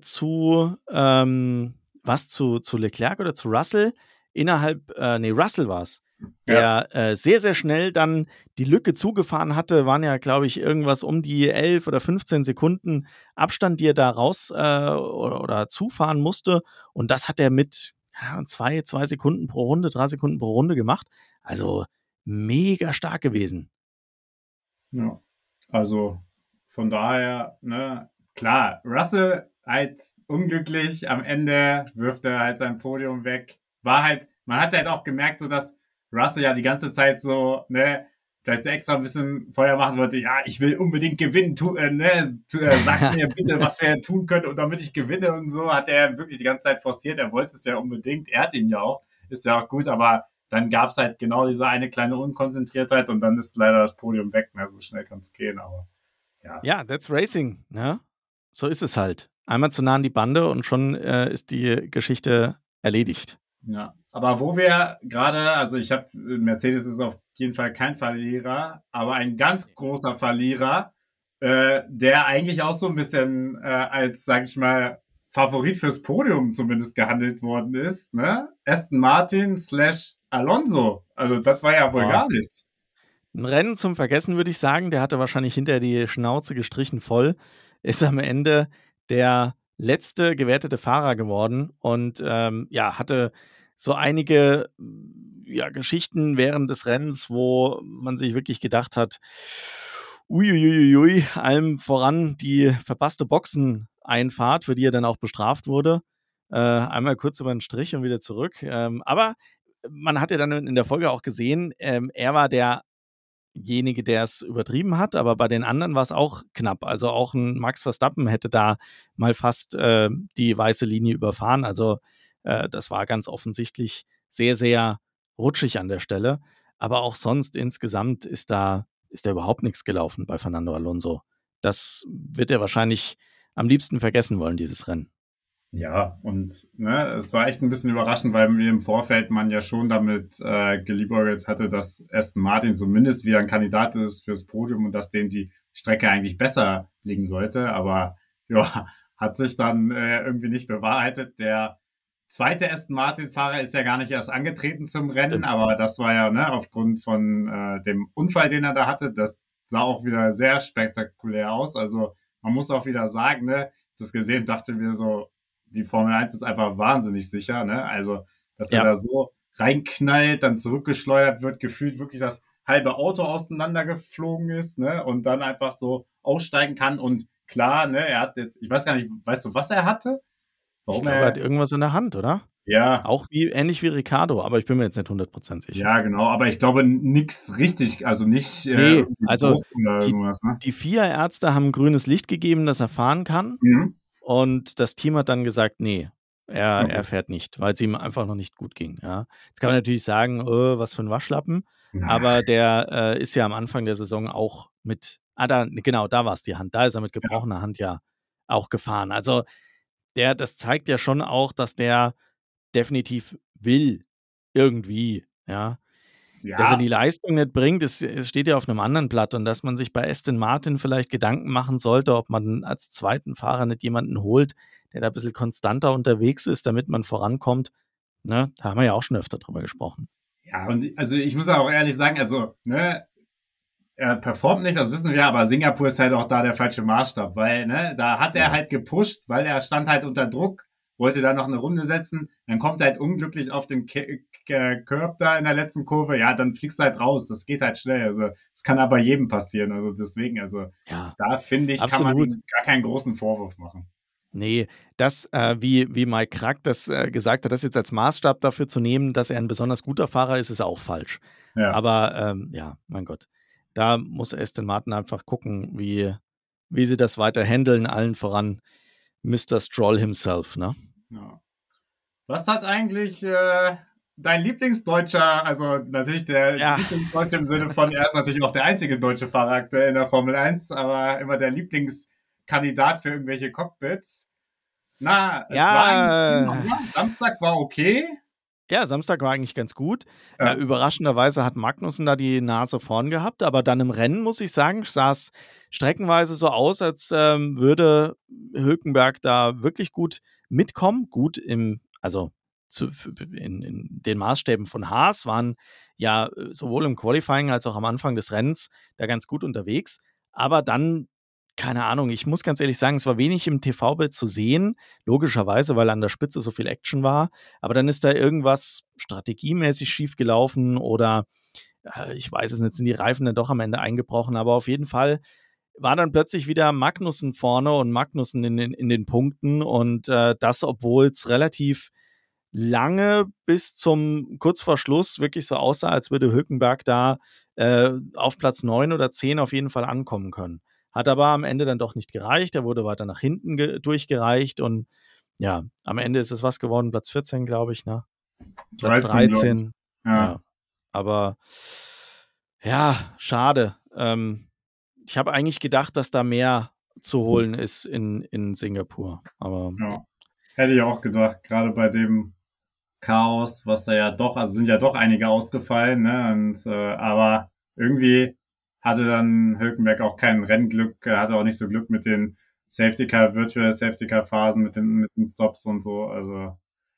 zu Leclerc oder zu Russell innerhalb, nee, Russell war es, Ja, der sehr, sehr schnell dann die Lücke zugefahren hatte. Waren ja, glaube ich, irgendwas um die 11 oder 15 Sekunden Abstand, die er da raus oder zufahren musste. Und das hat er mit ja, zwei Sekunden pro Runde, 3 Sekunden pro Runde gemacht. Also mega stark gewesen. ja. Also von daher, ne, klar, Russell halt unglücklich, am Ende wirft er halt sein Podium weg. War halt, man hat halt auch gemerkt, so dass Russell ja die ganze Zeit so, ne, vielleicht so extra ein bisschen Feuer machen wollte, ja, ich will unbedingt gewinnen, sagt mir bitte, was wir tun können, und damit ich gewinne und so, hat er wirklich die ganze Zeit forciert, er wollte es ja unbedingt, er hat ihn ja auch, ist ja auch gut, aber dann gab es halt genau diese eine kleine Unkonzentriertheit und dann ist leider das Podium weg. Ne? So schnell kann es gehen, aber ja. Ja, that's Racing, ne? So ist es halt. Einmal zu nah an die Bande und schon ist die Geschichte erledigt. Ja. Aber wo wir gerade, also ich habe, Mercedes ist auf jeden Fall kein Verlierer, aber ein ganz großer Verlierer, der eigentlich auch so ein bisschen als, sag ich mal, Favorit fürs Podium zumindest gehandelt worden ist, ne? Aston Martin slash Alonso. Also das war ja wohl Boah. gar nichts. 'N Rennen zum Vergessen, würde ich sagen. Der hatte wahrscheinlich hinterher die Schnauze gestrichen voll. Ist am Ende der letzte gewertete Fahrer geworden und, ja, hatte so einige, ja, Geschichten während des Rennens, wo man sich wirklich gedacht hat: „Ui, allem voran die verpasste Boxeneinfahrt, für die er dann auch bestraft wurde. Einmal kurz über 'n Strich und wieder zurück. Aber man hat ja dann in der Folge auch gesehen, er war derjenige, der es übertrieben hat, aber bei den anderen war es auch knapp. Also, auch 'n Max Verstappen hätte da mal fast, die weiße Linie überfahren. Also, das war ganz offensichtlich sehr, sehr rutschig an der Stelle. Aber auch sonst insgesamt ist da überhaupt nichts gelaufen bei Fernando Alonso. Das wird er wahrscheinlich am liebsten vergessen wollen, dieses Rennen. Ja, und ne, es war echt ein bisschen überraschend, weil wir im Vorfeld man ja schon damit geliebäugelt hatte, dass Aston Martin zumindest wieder ein Kandidat ist fürs Podium und dass denen die Strecke eigentlich besser liegen sollte. Aber ja, hat sich dann irgendwie nicht bewahrheitet. Der zweite Aston Martin-Fahrer ist ja gar nicht erst angetreten zum Rennen, Stimmt. aber das war ja ne, aufgrund von dem Unfall, den er da hatte. Das sah auch wieder sehr spektakulär aus. Also man muss auch wieder sagen, ne, das gesehen, dachte mir so, die Formel 1 ist einfach wahnsinnig sicher, ne? Also, dass er Ja. da so reinknallt, dann zurückgeschleudert wird, gefühlt wirklich das halbe Auto auseinandergeflogen ist, ne? Und dann einfach so aussteigen kann. Und klar, ne, er hat jetzt, ich weiß gar nicht, weißt du, was er hatte? Ich Warum glaube, er hat er, irgendwas in der Hand, oder? ja, Auch wie ähnlich wie Ricardo, aber ich bin mir jetzt nicht 100% sicher. ja, genau, aber ich glaube nix richtig, also nicht Ne, irgendwie also Bruch oder die irgendwas, ne? die FIA-Ärzte haben grünes Licht gegeben, dass er fahren kann Mhm. und das Team hat dann gesagt: „Ne, er Okay. fährt nicht“, weil's ihm einfach noch nicht gut ging, ja. Jetzt kann man natürlich sagen: was für 'n Waschlappen“, Ach, aber der, ist ja am Anfang der Saison auch mit da genau, da war's die Hand. Da ist er mit ja. gebrochener Hand ja auch gefahren. Also, das zeigt ja schon auch, dass der definitiv will irgendwie, ja. Dass er die Ja, Leistung nicht bringt, es steht ja auf 'nem anderen Blatt und dass man sich bei Aston Martin vielleicht Gedanken machen sollte, ob man als zweiten Fahrer nicht jemanden holt, der da bisschen konstanter unterwegs ist, damit man vorankommt, ne? Da haben wir ja auch schon öfter drüber gesprochen. Ja, und also ich muss auch ehrlich sagen, also, ne, er performt nicht, das wissen wir, aber Singapur ist halt auch da der falsche Maßstab, weil, ne, da hat er Ja. halt gepusht, weil er stand halt unter Druck, wollte da noch eine Runde setzen, dann kommt er halt unglücklich auf den Curb da in der letzten Kurve, ja, dann fliegst du halt raus, das geht halt schnell, also das kann aber jedem passieren, also deswegen, also Ja, da finde ich, kann man absolut. ihm gar keinen großen Vorwurf machen. Ne, das, wie Mike Krack das, gesagt hat, das jetzt als Maßstab dafür zu nehmen, dass er 'n besonders guter Fahrer ist, ist auch falsch. Ja, Aber, ja, mein Gott. Da muss Aston Martin einfach gucken, wie sie das weiter händeln, allen voran Mister Stroll himself, ne? ja. Was hat eigentlich dein Lieblingsdeutscher, also natürlich der Ja, Lieblingsdeutsche im Sinne von, er ist natürlich auch der einzige deutsche Fahrer aktuell in der Formel 1, aber immer der Lieblingskandidat für irgendwelche Cockpits. Na, es war eigentlich ja, immer, Samstag war okay. ja, Samstag war eigentlich ganz gut. Ja, Überraschenderweise hat Magnussen da die Nase vorn gehabt, aber dann im Rennen, muss ich sagen, sah's streckenweise so aus, als, würde Hülkenberg da wirklich gut mitkommen. Gut im also, zu f in den Maßstäben von Haas waren ja, sowohl im Qualifying als auch am Anfang des Rennens da ganz gut unterwegs. Aber dann, keine Ahnung, ich muss ganz ehrlich sagen, es war wenig im TV-Bild zu sehen, logischerweise, weil an der Spitze so viel Action war. Aber dann ist da irgendwas strategiemäßig schiefgelaufen oder, ich weiß es nicht, sind die Reifen dann doch am Ende eingebrochen. Aber auf jeden Fall war dann plötzlich wieder Magnussen vorne und Magnussen in den Punkten und, das, obwohl es relativ lange bis zum kurz vor Schluss wirklich so aussah, als würde Hülkenberg da, auf Platz 9 oder 10 auf jeden Fall ankommen können. Hat aber am Ende dann doch nicht gereicht. Er wurde weiter nach hinten durchgereicht und ja, am Ende ist es was geworden? Platz 14, glaube ich, ne? Platz 13, glaube ich. 13, Ja, ja. Aber ja, schade. Ich habe eigentlich gedacht, dass da mehr zu holen ist in Singapur, aber ja. Hätte ich auch gedacht, gerade bei dem Chaos, was da ja doch, also sind ja doch einige ausgefallen, ne? Und, aber irgendwie hatte dann Hülkenberg auch kein Rennglück, hatte auch nicht so Glück mit den Safety Car, Virtual Safety Car Phasen, mit den Stops und so. Also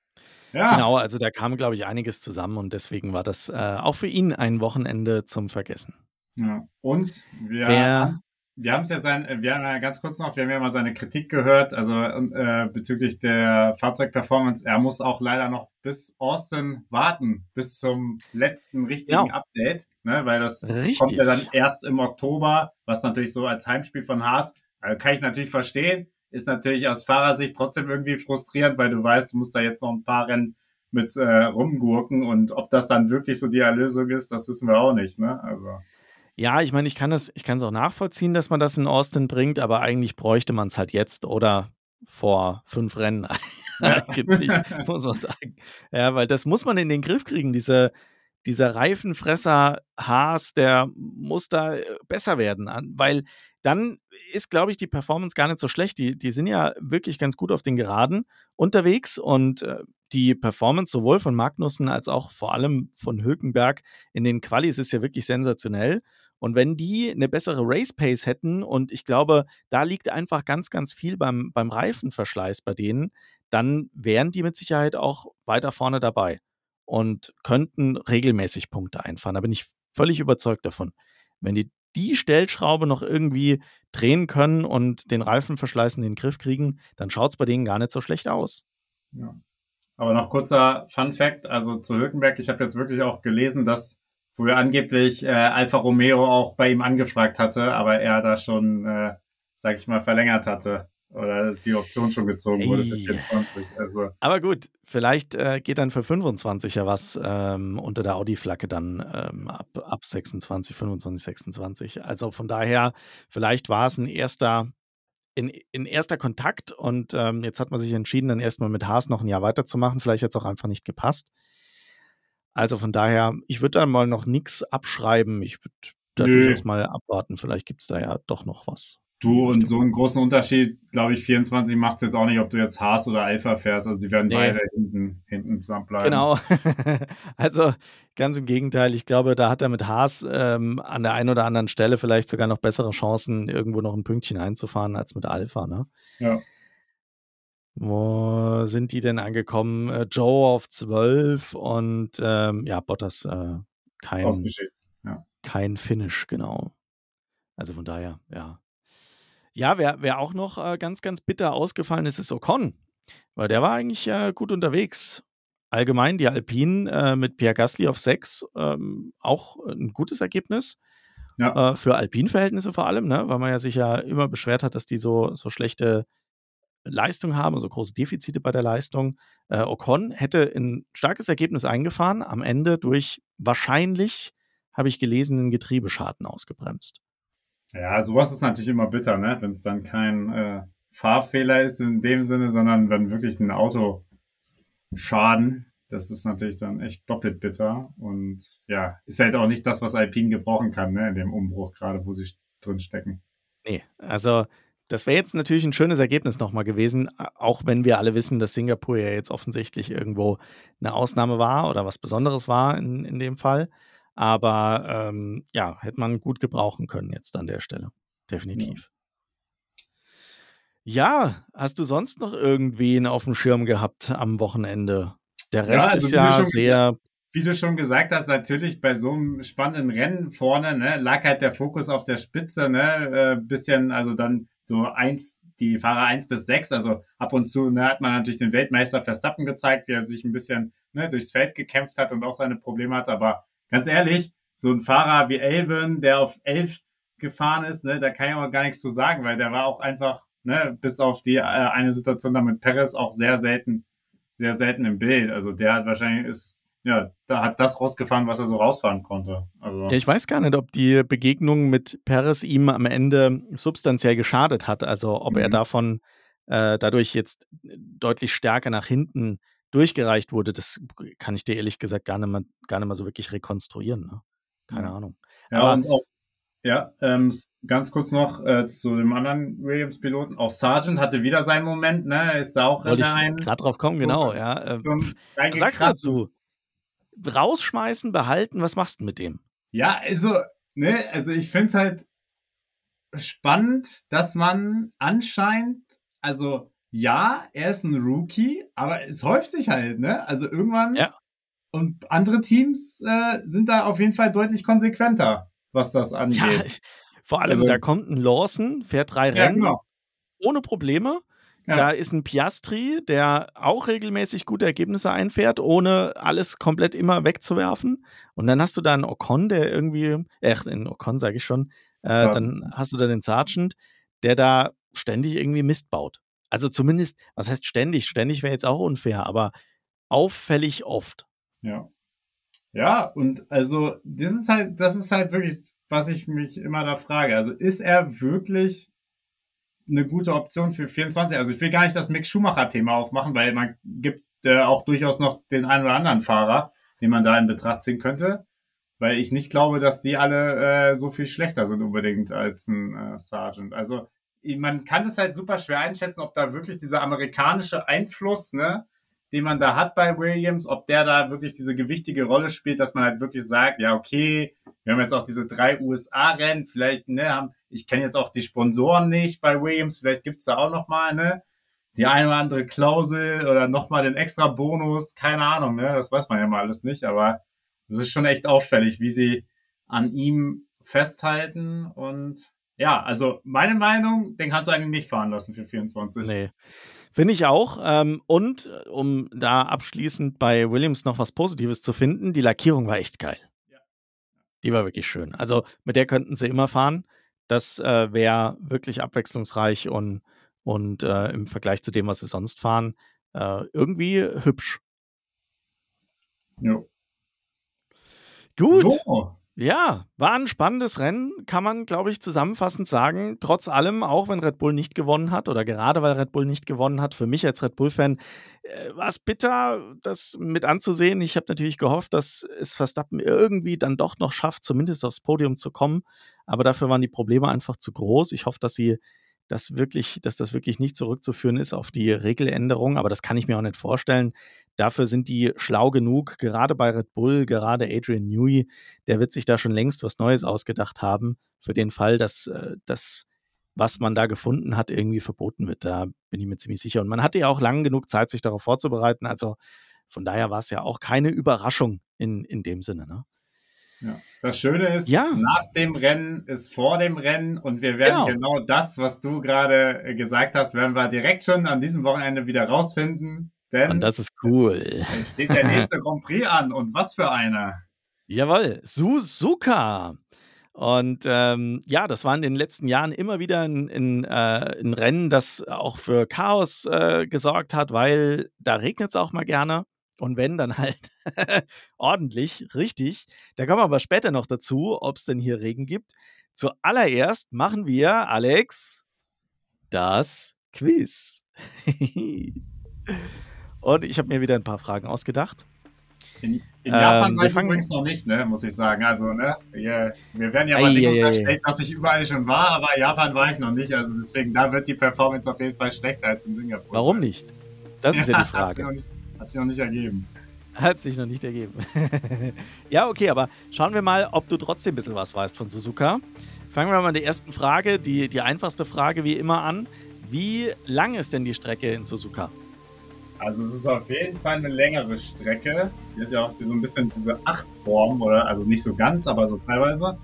ja, genau, also da kam, glaube ich, einiges zusammen und deswegen war das, auch für ihn ein Wochenende zum Vergessen. ja. Und wir Wer haben's wir haben ja ganz kurz noch, wir haben ja mal seine Kritik gehört, also bezüglich der Fahrzeugperformance. Er muss auch leider noch bis Austin warten, bis zum letzten richtigen genau, Update, ne? Weil das kommt ja dann richtig. erst im Oktober, was natürlich so als Heimspiel von Haas, kann ich natürlich verstehen, ist natürlich aus Fahrersicht trotzdem irgendwie frustrierend, weil du weißt, du musst da jetzt noch ein paar Rennen mit rumgurken und ob das dann wirklich so die Erlösung ist, das wissen wir auch nicht, ne? Also, Ja, ich meine, ich kann es auch nachvollziehen, dass man das in Austin bringt, aber eigentlich bräuchte man es halt jetzt oder vor 5 Rennen ja. eigentlich, muss man sagen. Ja, weil das muss man in den Griff kriegen. Dieser Reifenfresser Haas, der muss da, besser werden, weil dann ist, glaube ich, die Performance gar nicht so schlecht. Die sind ja wirklich ganz gut auf den Geraden unterwegs und, die Performance sowohl von Magnussen als auch vor allem von Hülkenberg in den Qualis ist ja wirklich sensationell. Und wenn die eine bessere Race Pace hätten und ich glaube, da liegt einfach ganz, ganz viel beim Reifenverschleiß bei denen, dann wären die mit Sicherheit auch weiter vorne dabei und könnten regelmäßig Punkte einfahren. Da bin ich völlig überzeugt davon. Wenn die Stellschraube noch irgendwie drehen können und den Reifenverschleiß in den Griff kriegen, dann schaut es bei denen gar nicht so schlecht aus. Ja. Aber noch kurzer Fun Fact, also zu Hülkenberg, ich habe jetzt wirklich auch gelesen, dass wohl angeblich Alfa Romeo auch bei ihm angefragt hatte, aber er da schon, sag ich mal, verlängert hatte oder dass die Option schon gezogen wurde für Ey. 24. Also, Aber gut, vielleicht, geht dann für 25 ja was, unter der Audi-Flagge dann, ab 26, 25, 26. Also, von daher, vielleicht war es ein erster Kontakt und, jetzt hat man sich entschieden, dann erst mal mit Haas noch ein Jahr weiterzumachen. Vielleicht hat's auch einfach nicht gepasst. Also, von daher, ich würde da mal noch nix abschreiben. Ich würde da nö, durchaus mal abwarten. Vielleicht gibt's da ja doch noch was in die du und Richtung. so einen großen Unterschied, glaube ich, 24 macht es jetzt auch nicht, ob du jetzt Haas oder Alpha fährst. Also die werden Ne. beide hinten zusammen bleiben. Genau. Also, ganz im Gegenteil. Ich glaube, da hat er mit Haas, an der einen oder anderen Stelle vielleicht sogar noch bessere Chancen, irgendwo noch 'n Pünktchen einzufahren als mit Alpha, ne? Ja. sind die denn angekommen? Joe auf 12 und ja, Bottas kein, Ausgeschieden. Ja. kein Finish, genau. Also von daher, ja. Ja, wer auch noch ganz, ganz bitter ausgefallen ist Ocon, weil der war eigentlich gut unterwegs. Allgemein die Alpinen mit Pierre Gasly auf 6, auch ein gutes Ergebnis. Ja. Für Alpin-Verhältnisse vor allem, ne? Weil man ja sich ja immer beschwert hat, dass die so schlechte Leistung haben, so große Defizite bei der Leistung. Ocon hätte ein starkes Ergebnis eingefahren, am Ende durch wahrscheinlich, habe ich gelesen, 'nen Getriebeschaden ausgebremst. Ja, sowas ist natürlich immer bitter, ne? Wenn es dann kein Fahrfehler ist in dem Sinne, sondern wenn wirklich ein Autoschaden. Das ist natürlich dann echt doppelt bitter. Und ja, ist halt auch nicht das, was Alpine gebrauchen kann, ne? In dem Umbruch, gerade wo sie drin stecken. Ne, also das wäre jetzt natürlich ein schönes Ergebnis noch mal gewesen, auch wenn wir alle wissen, dass Singapur ja jetzt offensichtlich irgendwo eine Ausnahme war oder was Besonderes war in dem Fall. Aber, ja, hätte man gut gebrauchen können jetzt an der Stelle. Ja. Definitiv. Ja, hast du sonst noch irgendwen auf dem Schirm gehabt am Wochenende? Der Ja, Rest also ist ja sehr wie du schon gesagt hast, natürlich bei so einem spannenden Rennen vorne, ne, lag halt der Fokus auf der Spitze, ne, bisschen, also dann so die Fahrer 1 bis 6, also ab und zu, ne, hat man natürlich den Weltmeister Verstappen gezeigt, wie er sich ein bisschen, ne, durchs Feld gekämpft hat und auch seine Probleme hat, aber ganz ehrlich, so ein Fahrer wie Albon, der auf 11 gefahren ist, ne, da kann ich aber gar nichts zu sagen, weil der war auch einfach, ne, bis auf die eine Situation da mit Perez auch sehr selten im Bild. Also der hat wahrscheinlich ja, da hat das rausgefahren, was er so rausfahren konnte. ja, Also, ich weiß gar nicht, ob die Begegnung mit Perez ihm am Ende substanziell geschadet hat. Also, ob er mhm, dadurch jetzt deutlich stärker nach hinten durchgereicht wurde, das kann ich dir ehrlich gesagt gar nicht mal so wirklich rekonstruieren, ne? Keine ja. Ahnung. Ja, Aber und auch, ja, ganz kurz noch zu dem anderen Williams-Piloten. Auch Sargent hatte wieder seinen Moment, ne? Er ist da auch in wollte der ich einen grad drauf kommen, genau, Kurve ja. schon Was sagst du reingekratzt. dazu? Rausschmeißen, behalten, was machst 'n mit dem? Ja, also, ne, also ich finde es halt spannend, dass man anscheinend, also ja, er ist ein Rookie, aber es häuft sich halt, ne? Also irgendwann. Ja. Und andere Teams sind da auf jeden Fall deutlich konsequenter, was das Ja, angeht. vor allem, Also, da kommt 'n Lawson, fährt 3 ja, Rennen genau. ohne Probleme. Da Ja, ist 'n Piastri, der auch regelmäßig gute Ergebnisse einfährt, ohne alles komplett immer wegzuwerfen. Und dann hast du da 'n Ocon, der irgendwie 'n Ocon sage ich schon, dann hast du da den Sargent, der da ständig irgendwie Mist baut. Also, zumindest was heißt ständig? Ständig wäre jetzt auch unfair, aber auffällig oft. ja. Ja, und also das ist halt wirklich, was ich mich immer da frage. Also, ist er wirklich eine gute Option für 24? Also, ich will gar nicht das Mick Schumacher-Thema aufmachen, weil man gibt auch durchaus noch den einen oder anderen Fahrer, den man da in Betracht ziehen könnte, weil ich nicht glaube, dass die alle so viel schlechter sind unbedingt als ein Sargent. Also man kann es halt super schwer einschätzen, ob da wirklich dieser amerikanische Einfluss, ne, den man da hat bei Williams, ob der da wirklich diese gewichtige Rolle spielt, dass man halt wirklich sagt, ja, okay, wir haben jetzt auch diese 3 USA-Rennen, vielleicht, ne, ich kenne jetzt auch die Sponsoren nicht bei Williams, vielleicht gibt's da auch nochmal, ne, die eine oder andere Klausel oder nochmal den extra Bonus, keine Ahnung, ne, das weiß man ja mal alles nicht, aber das ist schon echt auffällig, wie sie an ihm festhalten. Und ja, also meine Meinung, den kannst du eigentlich nicht fahren lassen für 24. Ne. Finde ich auch. Und um da abschließend bei Williams noch was Positives zu finden, die Lackierung war echt geil. Ja, Die war wirklich schön. Also, mit der könnten sie immer fahren. Das wäre wirklich abwechslungsreich und im Vergleich zu dem, was sie sonst fahren, irgendwie hübsch. jo. Gut. So, Ja, war ein spannendes Rennen, kann man, glaube ich, zusammenfassend sagen. Trotz allem, auch wenn Red Bull nicht gewonnen hat oder gerade weil Red Bull nicht gewonnen hat, für mich als Red Bull-Fan, war es bitter, das mit anzusehen. Ich habe natürlich gehofft, dass es Verstappen irgendwie dann doch noch schafft, zumindest aufs Podium zu kommen, aber dafür waren die Probleme einfach zu groß. Ich hoffe, dass das wirklich nicht zurückzuführen ist auf die Regeländerung, aber das kann ich mir auch nicht vorstellen. Dafür sind die schlau genug, gerade bei Red Bull, gerade Adrian Newey, der wird sich da schon längst was Neues ausgedacht haben für den Fall, dass was man da gefunden hat, irgendwie verboten wird. Da bin ich mir ziemlich sicher. Und man hatte ja auch lang genug Zeit, sich darauf vorzubereiten. Also von daher war es ja auch keine Überraschung in dem Sinne. Ne? Ja. Das Schöne ist, Ja, nach dem Rennen ist vor dem Rennen und wir werden genau. genau das, was du gerade gesagt hast, werden wir direkt schon an diesem Wochenende wieder rausfinden, Und denn das ist cool. es steht der nächste Grand Prix an und was für einer. Jawohl, Suzuka. Und ja, das war in den letzten Jahren immer wieder ein Rennen, das auch für Chaos gesorgt hat, weil da regnet es auch mal gerne. Und wenn, dann halt ordentlich, richtig. Da kommen wir aber später noch dazu, ob es denn hier Regen gibt. Zuallererst machen wir, Alex, das Quiz. Und ich habe mir wieder ein paar Fragen ausgedacht. In Japan war Wir ich fangen. übrigens noch nicht, ne, muss ich sagen. Also, ne, wir werden ja mal Dinge Eieiei. unterstellt, dass ich überall schon war, aber Japan war ich noch nicht. Also deswegen, da wird die Performance auf jeden Fall schlechter als in Singapur Warum sein. nicht? Das ist ja die Hat sich Frage. noch nicht ergeben. Hat sich noch nicht ergeben. Ja, okay, aber schauen wir mal, ob du trotzdem ein bisschen was weißt von Suzuka. Fangen wir mal mit der ersten Frage, die einfachste Frage wie immer an. Wie lang ist denn die Strecke in Suzuka? Also es ist auf jeden Fall eine längere Strecke. Die hat ja auch so ein bisschen diese Achtform, oder? Also nicht so ganz, aber so teilweise.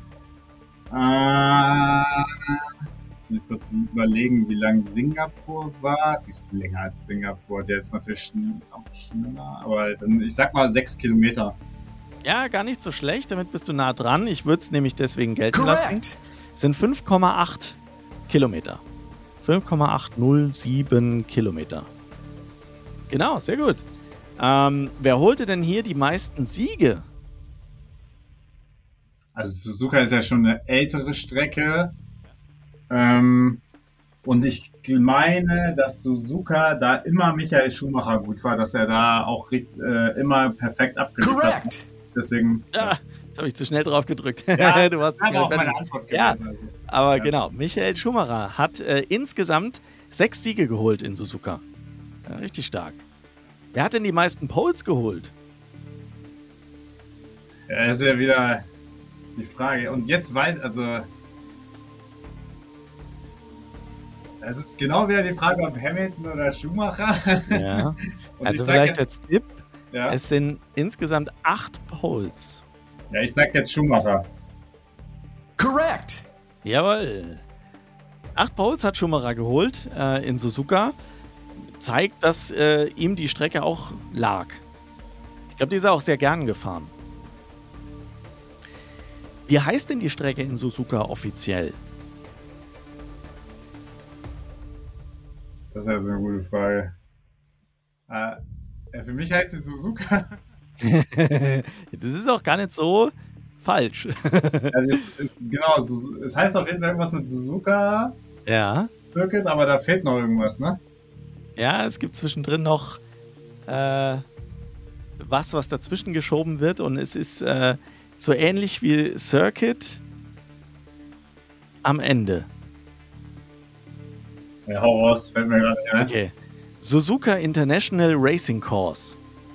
Ich kurz überlegen, wie lang Singapur war. Die ist länger als Singapur. Der ist natürlich auch schneller. Aber dann, ich sag mal 6 Kilometer. Ja, gar nicht so schlecht, damit bist du nah dran. Ich würde es nämlich deswegen gelten lassen. Correct. Sind 5,8 Kilometer. 5,807 Kilometer. Genau, sehr gut. Wer holte denn hier die meisten Siege? Also Suzuka ist ja schon eine ältere Strecke. Und ich meine, dass Suzuka da immer Michael Schumacher gut war, dass er da auch immer perfekt abgeliefert hat. Correct. Deswegen. Ja, jetzt habe ich zu schnell drauf gedrückt. Ja, Du warst das war auch fertig. meine Antwort Ja, gewesen. Also. aber Ja. genau, Michael Schumacher hat insgesamt 6 Siege geholt in Suzuka. Ja, richtig stark. Wer hat denn die meisten Poles geholt? Ja, das ist ja wieder die Frage. Und jetzt also. Es ist genau wieder die Frage, ob Hamilton oder Schumacher. Ja. Und Also ich sag vielleicht jetzt, als Tipp, ja, es sind insgesamt 8 Poles. ja, ich sag jetzt Schumacher. Correct. Jawohl. 8 Poles hat Schumacher geholt in Suzuka. Zeigt, dass ihm die Strecke auch lag. Ich glaube, die ist er auch sehr gern gefahren. Wie heißt denn die Strecke in Suzuka offiziell? Das ist ja so eine gute Frage. Für mich heißt sie Suzuka. Das ist auch gar nicht so falsch. Also genau, es heißt auf jeden Fall irgendwas mit Suzuka Ja. Circuit, aber da fehlt noch irgendwas, ne? Ja, es gibt zwischendrin noch was dazwischen geschoben wird und es ist so ähnlich wie Circuit am Ende. Ja, hau raus, fällt mir gerade nicht ein. Okay. Suzuka International Racing Course.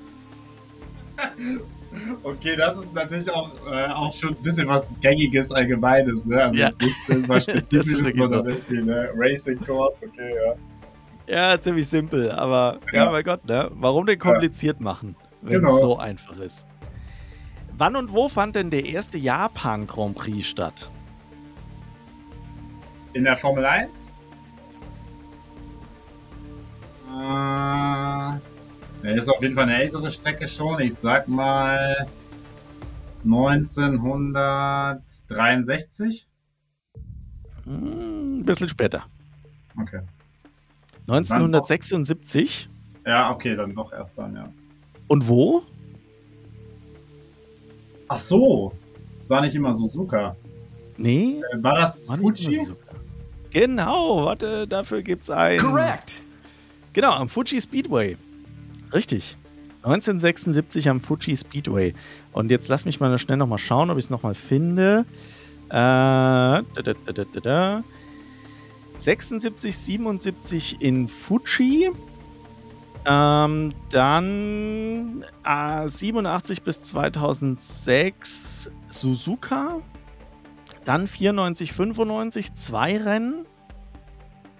Okay, das ist natürlich auch schon ein bisschen was Gängiges, Allgemeines, ne? Also Ja. jetzt nicht irgendwas Das ist Spezifisches, wirklich sondern irgendwie, ne? Racing Course, okay, ja. Ja, ziemlich simpel, aber ja, Ja. mein Gott, ne? Warum denn kompliziert machen, wenn es Genau. so einfach ist? Wann und wo fand denn der erste Japan Grand Prix statt? In der Formel 1? Das ist auf jeden Fall eine ältere Strecke schon. Ich sag mal 1963. Ein bisschen später. Okay. 1976. Ja, okay, dann doch erst dann, ja. Und wo? Ach so, es war nicht immer Suzuka. Nee, War das war nicht Fuji? immer Suzuka. Genau, warte, dafür gibt's ein. Correct. Genau, am Fuji Speedway. Richtig. 1976 am Fuji Speedway. Und jetzt lass mich mal schnell nochmal schauen, ob ich es nochmal finde. 76, 77 in Fuji. Dann 87 bis 2006 Suzuka. Dann 94, 95 2 Rennen.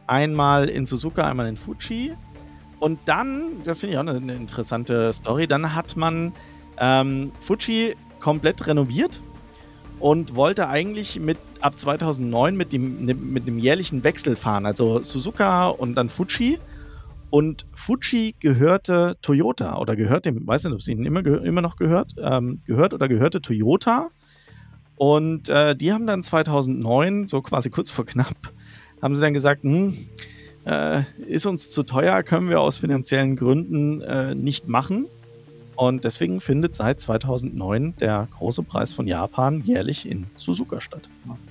einmal in Suzuka, einmal in Fuji. Und dann, das finde ich auch eine interessante Story, dann hat man Fuji komplett renoviert und wollte eigentlich ab 2009 mit dem jährlichen Wechsel fahren. Also Suzuka und dann Fuji. Und Fuji gehörte Toyota oder gehört dem, weiß nicht, ob es ihnen immer noch gehört oder gehörte Toyota. Und die haben dann 2009, so quasi kurz vor knapp, haben sie dann gesagt, ist uns zu teuer, können wir aus finanziellen Gründen nicht machen. Und deswegen findet seit 2009 der große Preis von Japan jährlich in Suzuka statt.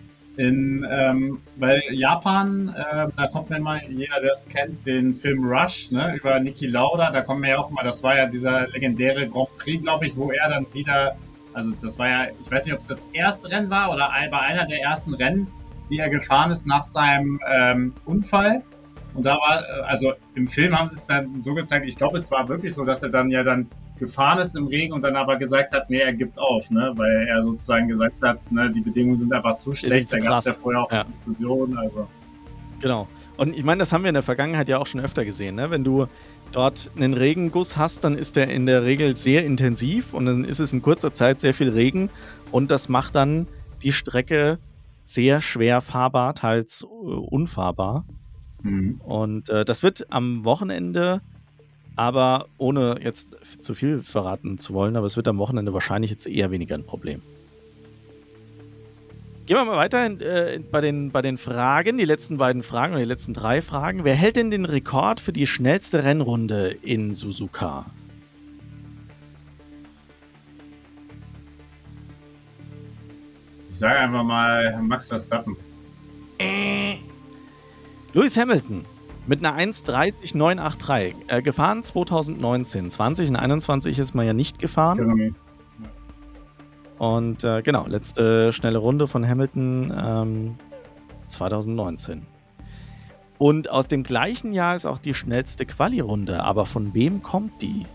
Weil Japan, da kommt mir mal, jeder, der es kennt, den Film Rush, ne, über Niki Lauda, da kommen wir ja auch mal, das war ja dieser legendäre Grand Prix, glaube ich, wo er dann wieder, also das war ja, ich weiß nicht, ob es das erste Rennen war oder bei einer der ersten Rennen, die er gefahren ist nach seinem Unfall. Und da war, also im Film haben sie es dann so gezeigt, ich glaube, es war wirklich so, dass er dann gefahren ist im Regen und dann aber gesagt hat, nee, er gibt auf, ne, weil er sozusagen gesagt hat, ne, die Bedingungen sind einfach zu schlecht. Da gab es ja vorher auch Diskussionen. Also. Genau. Und ich meine, das haben wir in der Vergangenheit ja auch schon öfter gesehen, ne? Wenn du dort einen Regenguss hast, dann ist der in der Regel sehr intensiv und dann ist es in kurzer Zeit sehr viel Regen und das macht dann die Strecke sehr schwer fahrbar, teils unfahrbar. Und das wird am Wochenende, aber ohne jetzt zu viel verraten zu wollen, aber es wird am Wochenende wahrscheinlich jetzt eher weniger ein Problem. Gehen wir mal weiter bei den Fragen, die letzten beiden Fragen oder die letzten 3 Fragen. Wer hält denn den Rekord für die schnellste Rennrunde in Suzuka? Ich sage einfach mal Max Verstappen. Lewis Hamilton mit einer 1:30.983 gefahren 2019. 20 und 21 ist man ja nicht gefahren. Genau. Und genau, letzte schnelle Runde von Hamilton 2019. Und aus dem gleichen Jahr ist auch die schnellste Quali-Runde. Aber von wem kommt die?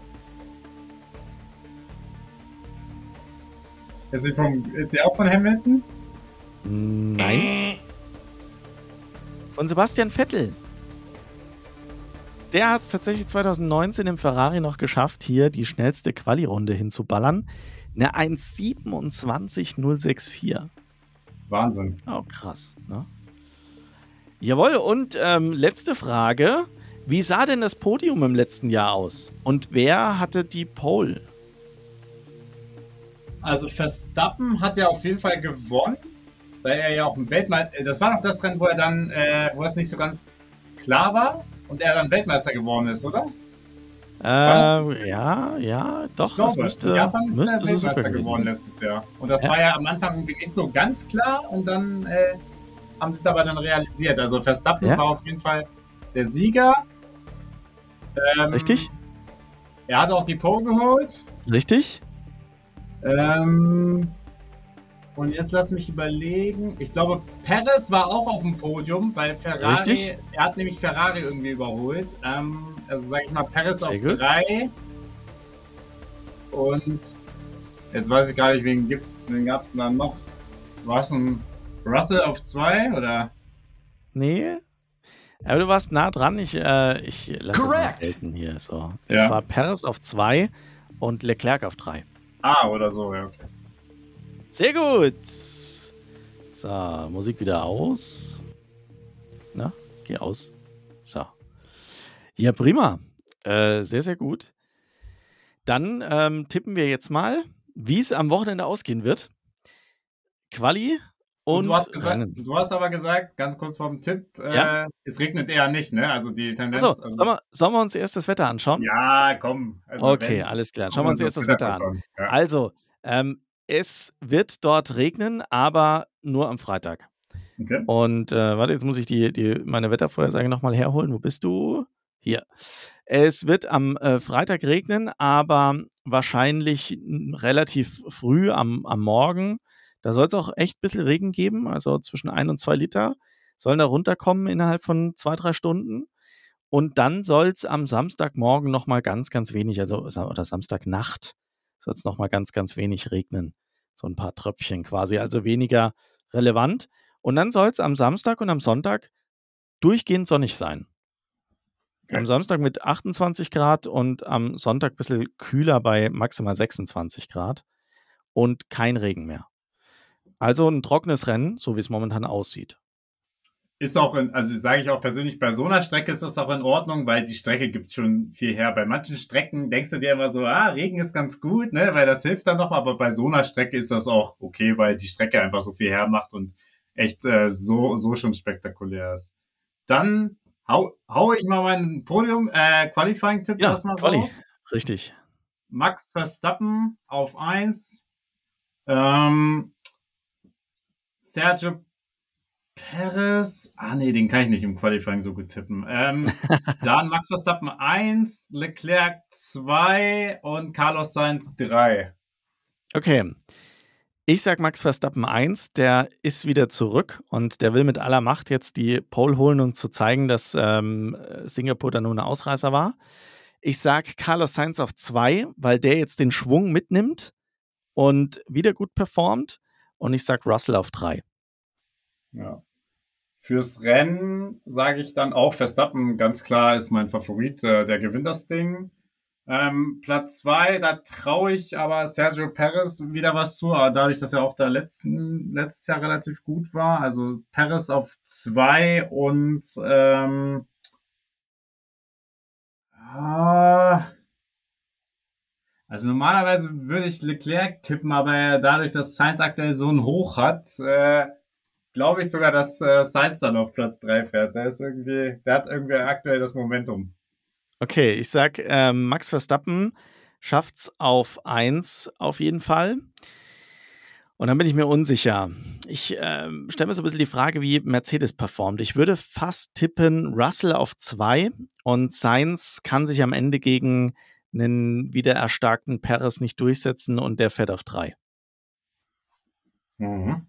Ist sie auch von Hamilton? Nein. Von Sebastian Vettel. Der hat es tatsächlich 2019 im Ferrari noch geschafft, hier die schnellste Quali-Runde hinzuballern. Eine 1:27.064. Wahnsinn. Oh, krass. Ne? Jawohl, und letzte Frage. Wie sah denn das Podium im letzten Jahr aus? Und wer hatte die Pole? Also Verstappen hat ja auf jeden Fall gewonnen, weil er ja auch im Weltmeister, das war noch das Rennen, wo er dann, wo es nicht so ganz klar war und er dann Weltmeister geworden ist, oder? Ja, doch, das müsste Japan ist der Suzuka Weltmeister gewesen geworden sein. letztes Jahr. Und das war ja am Anfang irgendwie nicht so ganz klar und dann haben sie es aber dann realisiert. Also Verstappen war auf jeden Fall der Sieger. Richtig? Er hat auch die Pole geholt. Richtig? Und jetzt lass mich überlegen. Ich glaube, Perez war auch auf dem Podium, weil Ferrari, Richtig. Er hat nämlich Ferrari irgendwie überholt. Also sage ich mal, Perez Sehr auf gut. 3. Und jetzt weiß ich gar nicht, wen gab es dann noch? War es ein Russell auf 2 oder? Nee. Aber du warst nah dran. Ich lasse das mal gelten hier. So. Es war Perez auf 2 und Leclerc auf 3. Oder so, ja, okay. Sehr gut. So, Musik wieder aus. Na, geh aus. So. Ja, prima. Sehr, sehr gut. Dann tippen wir jetzt mal, wie es am Wochenende ausgehen wird. Quali und du hast aber gesagt, ganz kurz vor dem Tipp, es regnet eher nicht, ne? Also die Tendenz. Achso, sollen wir uns erst das Wetter anschauen? Ja, komm. Also okay, alles klar. Schauen wir uns erst das Wetter an. Ja. Also, es wird dort regnen, aber nur am Freitag. Okay. Und warte, jetzt muss ich meine Wettervorhersage nochmal herholen. Wo bist du? Hier. Es wird am Freitag regnen, aber wahrscheinlich relativ früh am Morgen. Da soll es auch echt ein bisschen Regen geben, also zwischen 1 und 2 Liter sollen da runterkommen innerhalb von 2-3 Stunden. Und dann soll es am Samstagmorgen nochmal ganz, ganz wenig, oder Samstagnacht soll es nochmal ganz, ganz wenig regnen. So ein paar Tröpfchen quasi, also weniger relevant. Und dann soll es am Samstag und am Sonntag durchgehend sonnig sein. Okay. Am Samstag mit 28 Grad und am Sonntag ein bisschen kühler bei maximal 26 Grad und kein Regen mehr. Also ein trockenes Rennen, so wie es momentan aussieht. Ist auch, also sage ich auch persönlich, bei so einer Strecke ist das auch in Ordnung, weil die Strecke gibt schon viel her. Bei manchen Strecken denkst du dir immer so, Regen ist ganz gut, ne, weil das hilft dann noch, aber bei so einer Strecke ist das auch okay, weil die Strecke einfach so viel hermacht und echt so schon spektakulär ist. Dann hau ich mal meinen Qualifying-Tipp Ja, erstmal Quali, raus. richtig. Max Verstappen auf 1. Sergio Perez. Nee, den kann ich nicht im Qualifying so gut tippen. Dann Max Verstappen 1, Leclerc 2 und Carlos Sainz 3. Okay. Ich sag Max Verstappen 1, der ist wieder zurück und der will mit aller Macht jetzt die Pole holen, um zu zeigen, dass Singapur da nur ein Ausreißer war. Ich sag Carlos Sainz auf 2, weil der jetzt den Schwung mitnimmt und wieder gut performt. Und ich sag Russell auf 3. Ja. Fürs Rennen sage ich dann auch, Verstappen ganz klar ist mein Favorit, der gewinnt das Ding. Platz 2, da traue ich aber Sergio Perez wieder was zu, aber dadurch, dass er auch da letztes Jahr relativ gut war. Also Perez auf 2 und also normalerweise würde ich Leclerc tippen, aber dadurch, dass Sainz aktuell so einen Hoch hat, glaube ich sogar, dass Sainz dann auf Platz 3 fährt. Der hat irgendwie aktuell das Momentum. Okay, ich sag, Max Verstappen schafft's auf 1 auf jeden Fall. Und dann bin ich mir unsicher. Ich stelle mir so ein bisschen die Frage, wie Mercedes performt. Ich würde fast tippen, Russell auf 2 und Sainz kann sich am Ende gegen einen wieder erstarkten Perez nicht durchsetzen und der fährt auf 3. Mhm.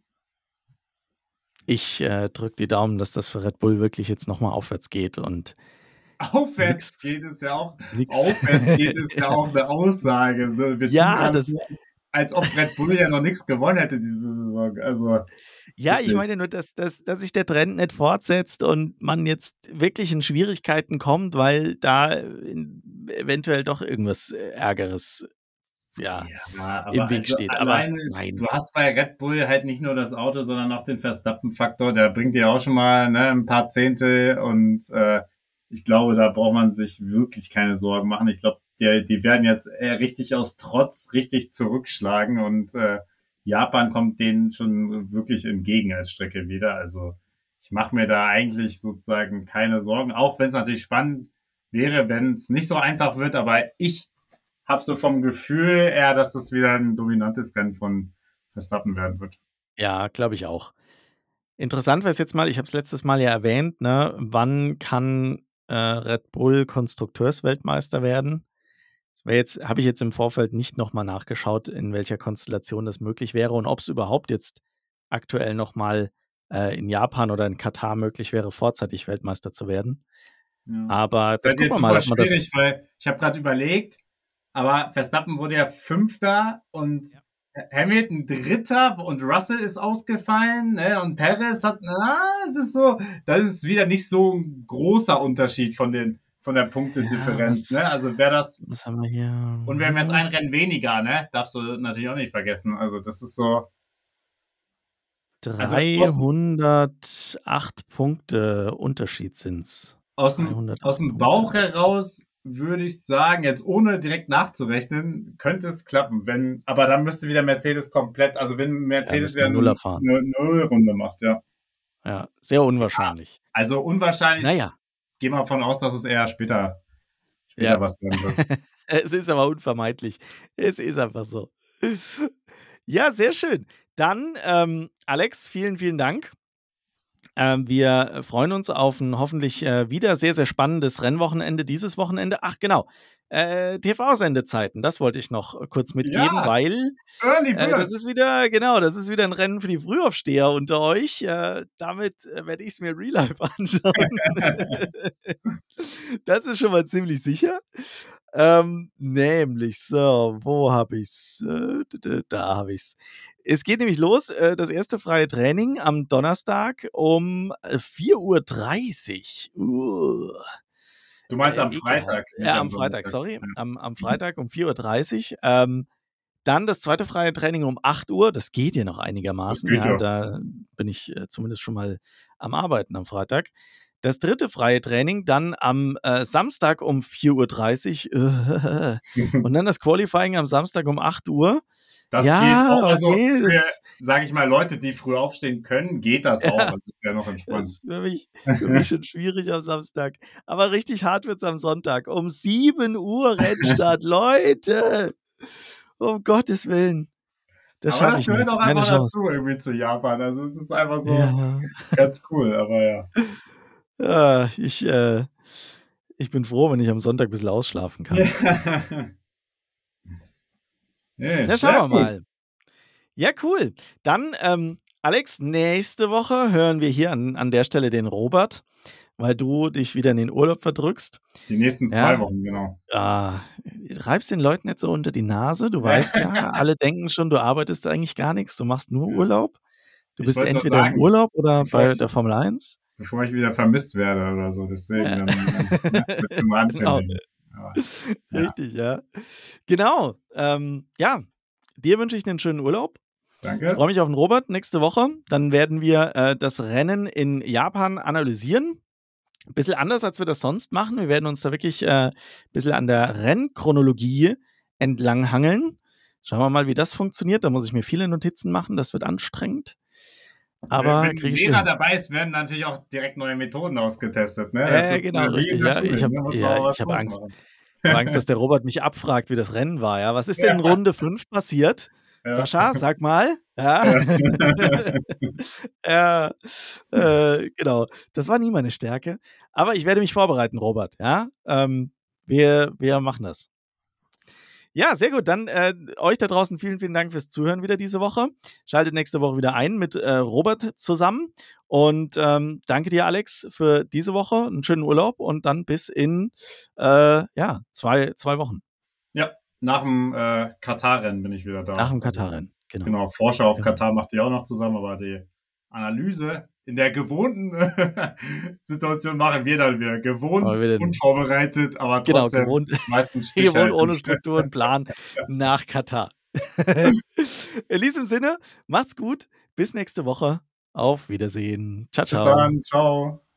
Ich drücke die Daumen, dass das für Red Bull wirklich jetzt nochmal aufwärts geht und Aufwärts nix. geht es ja auch. Nix. Aufwärts geht es ja auch eine Aussage. Wir Ja, tun gerade das- so, als ob Red Bull ja noch nichts gewonnen hätte diese Saison. Also Ja, ich wirklich. meine nur, dass sich der Trend nicht fortsetzt und man jetzt wirklich in Schwierigkeiten kommt, weil da eventuell doch irgendwas Ärgeres Ja, im aber Weg also steht. Aber alleine, nein. du hast bei Red Bull halt nicht nur das Auto, sondern auch den Verstappen-Faktor. Der bringt dir auch schon mal ein paar Zehntel und ich glaube, da braucht man sich wirklich keine Sorgen machen. Ich glaube, die werden jetzt richtig aus Trotz richtig zurückschlagen und Japan kommt denen schon wirklich entgegen als Strecke wieder. Also ich mache mir da eigentlich sozusagen keine Sorgen, auch wenn es natürlich spannend wäre, wenn es nicht so einfach wird, aber ich habe so vom Gefühl eher, dass das wieder ein dominantes Rennen von Verstappen werden wird. Ja, glaube ich auch. Interessant wäre es jetzt mal, ich habe es letztes Mal ja erwähnt, ne, wann kann Red Bull Konstrukteursweltmeister werden? Habe ich jetzt im Vorfeld nicht nochmal nachgeschaut, in welcher Konstellation das möglich wäre und ob es überhaupt jetzt aktuell nochmal in Japan oder in Katar möglich wäre, vorzeitig Weltmeister zu werden. Ja. Aber Das das ist gucken jetzt wir mal, super ob man das. schwierig, weil ich habe gerade überlegt, aber Verstappen wurde ja Fünfter und Hamilton Dritter und Russell ist ausgefallen, ne? Und Perez hat, es ist so, das ist wieder nicht so ein großer Unterschied von der Punktedifferenz, Ja, ne? Also wäre das, was haben wir hier? und wir haben jetzt ein Rennen weniger, ne? Darfst du natürlich auch nicht vergessen. Also das ist so, also 308 Punkte Unterschied sind's. aus 308 dem Punkte. Bauch heraus würde ich sagen, jetzt ohne direkt nachzurechnen, könnte es klappen, aber dann müsste wieder Mercedes komplett, also wenn Mercedes müsste wieder Nuller eine fahren. Nullrunde macht, ja. Ja, sehr unwahrscheinlich. Also unwahrscheinlich, Naja, gehen wir davon aus, dass es eher später ja. was werden wird. Es ist aber unvermeidlich. Es ist einfach so. Ja, sehr schön. Dann, Alex, vielen, vielen Dank. Wir freuen uns auf ein hoffentlich wieder sehr, sehr spannendes Rennwochenende dieses Wochenende. Ach genau, TV-Sendezeiten, das wollte ich noch kurz mitgeben, Ja, weil Early Bird. das ist wieder ein Rennen für die Frühaufsteher unter euch. Damit werde ich es mir real life anschauen. Das ist schon mal ziemlich sicher. Nämlich so, wo habe ich's? Da habe ich's. Es geht nämlich los, das erste freie Training am Donnerstag um 4:30 Uhr. Du meinst am Ekelhaft. Freitag, nicht Ja, am am Freitag, Donnerstag. sorry. Ja. Am Freitag um 4:30 Uhr. Dann das zweite freie Training um 8 Uhr. Das geht ja noch Das einigermaßen. geht Ja, ja. da bin ich zumindest schon mal am Arbeiten am Freitag. Das dritte freie Training dann am Samstag um 4:30 Uhr. Und dann das Qualifying am Samstag um 8 Uhr. Das Ja, geht auch. Also okay, für, das- sage ich mal, Leute, die früh aufstehen können, geht das auch. Ja. Also das wäre noch Das entspannt. ist für mich schon schwierig am Samstag. Aber richtig hart wird's am Sonntag. Um 7 Uhr Rennstart. Leute! Um Gottes Willen. Das Aber schaffe das ich gehört nicht. auch Keine einfach Chance. dazu irgendwie zu Japan. Also es ist einfach so Ja. ganz cool, aber ja. Ja, ich bin froh, wenn ich am Sonntag ein bisschen ausschlafen kann. Nee, Na, schauen sehr wir gut. mal. Ja, cool. Dann, Alex, nächste Woche hören wir hier an der Stelle den Robert, weil du dich wieder in den Urlaub verdrückst. Die nächsten Ja. 2 Wochen, genau. Reibst den Leuten nicht so unter die Nase. Du weißt ja, alle denken schon, du arbeitest eigentlich gar nichts, du machst nur Ja. Urlaub. Du Ich bist wollte nur entweder im sagen, Urlaub oder bevor bei ich- der Formel 1. Bevor ich wieder vermisst werde oder so. Deswegen Ja. dann mit dem Genau. Ankündigen. Aber, ja. Richtig, ja. Genau. Ja, dir wünsche ich einen schönen Urlaub. Ich Danke. freue mich auf den Robert nächste Woche. Dann werden wir das Rennen in Japan analysieren. Ein bisschen anders, als wir das sonst machen. Wir werden uns da wirklich ein bisschen an der Rennchronologie entlang hangeln. Schauen wir mal, wie das funktioniert. Da muss ich mir viele Notizen machen. Das wird anstrengend. Aber wenn ein kriege ich Lehrer hin. dabei ist, werden natürlich auch direkt neue Methoden ausgetestet. Ne? Das ist Genau, wie in richtig. der Ja. Schule, Ich habe ne? Muss man auch was draus Angst. machen. Ich habe Angst, dass der Robert mich abfragt, wie das Rennen war. Ja? Was ist denn in Ja. Runde 5 passiert? Ja. Sascha, sag mal. Ja. Ja, genau. Das war nie meine Stärke. Aber ich werde mich vorbereiten, Robert. Ja? Wir machen das. Ja, sehr gut. Dann euch da draußen vielen, vielen Dank fürs Zuhören wieder diese Woche. Schaltet nächste Woche wieder ein mit Robert zusammen. Und danke dir, Alex, für diese Woche. Einen schönen Urlaub und dann bis in 2 Wochen. Ja, nach dem Katar-Rennen bin ich wieder da. Nach dem Katar-Rennen. Genau. Genau, Vorschau auf Genau. Katar macht die auch noch zusammen, aber die Analyse in der gewohnten Situation machen wir dann wieder. Gewohnt, Aber wir dann- unvorbereitet, aber Genau, trotzdem gewohnt, meistens gewohnt stichhaltig. ohne Struktur und Plan nach Katar. In diesem Sinne, macht's gut. Bis nächste Woche. Auf Wiedersehen. Ciao, Bis ciao. dann, ciao.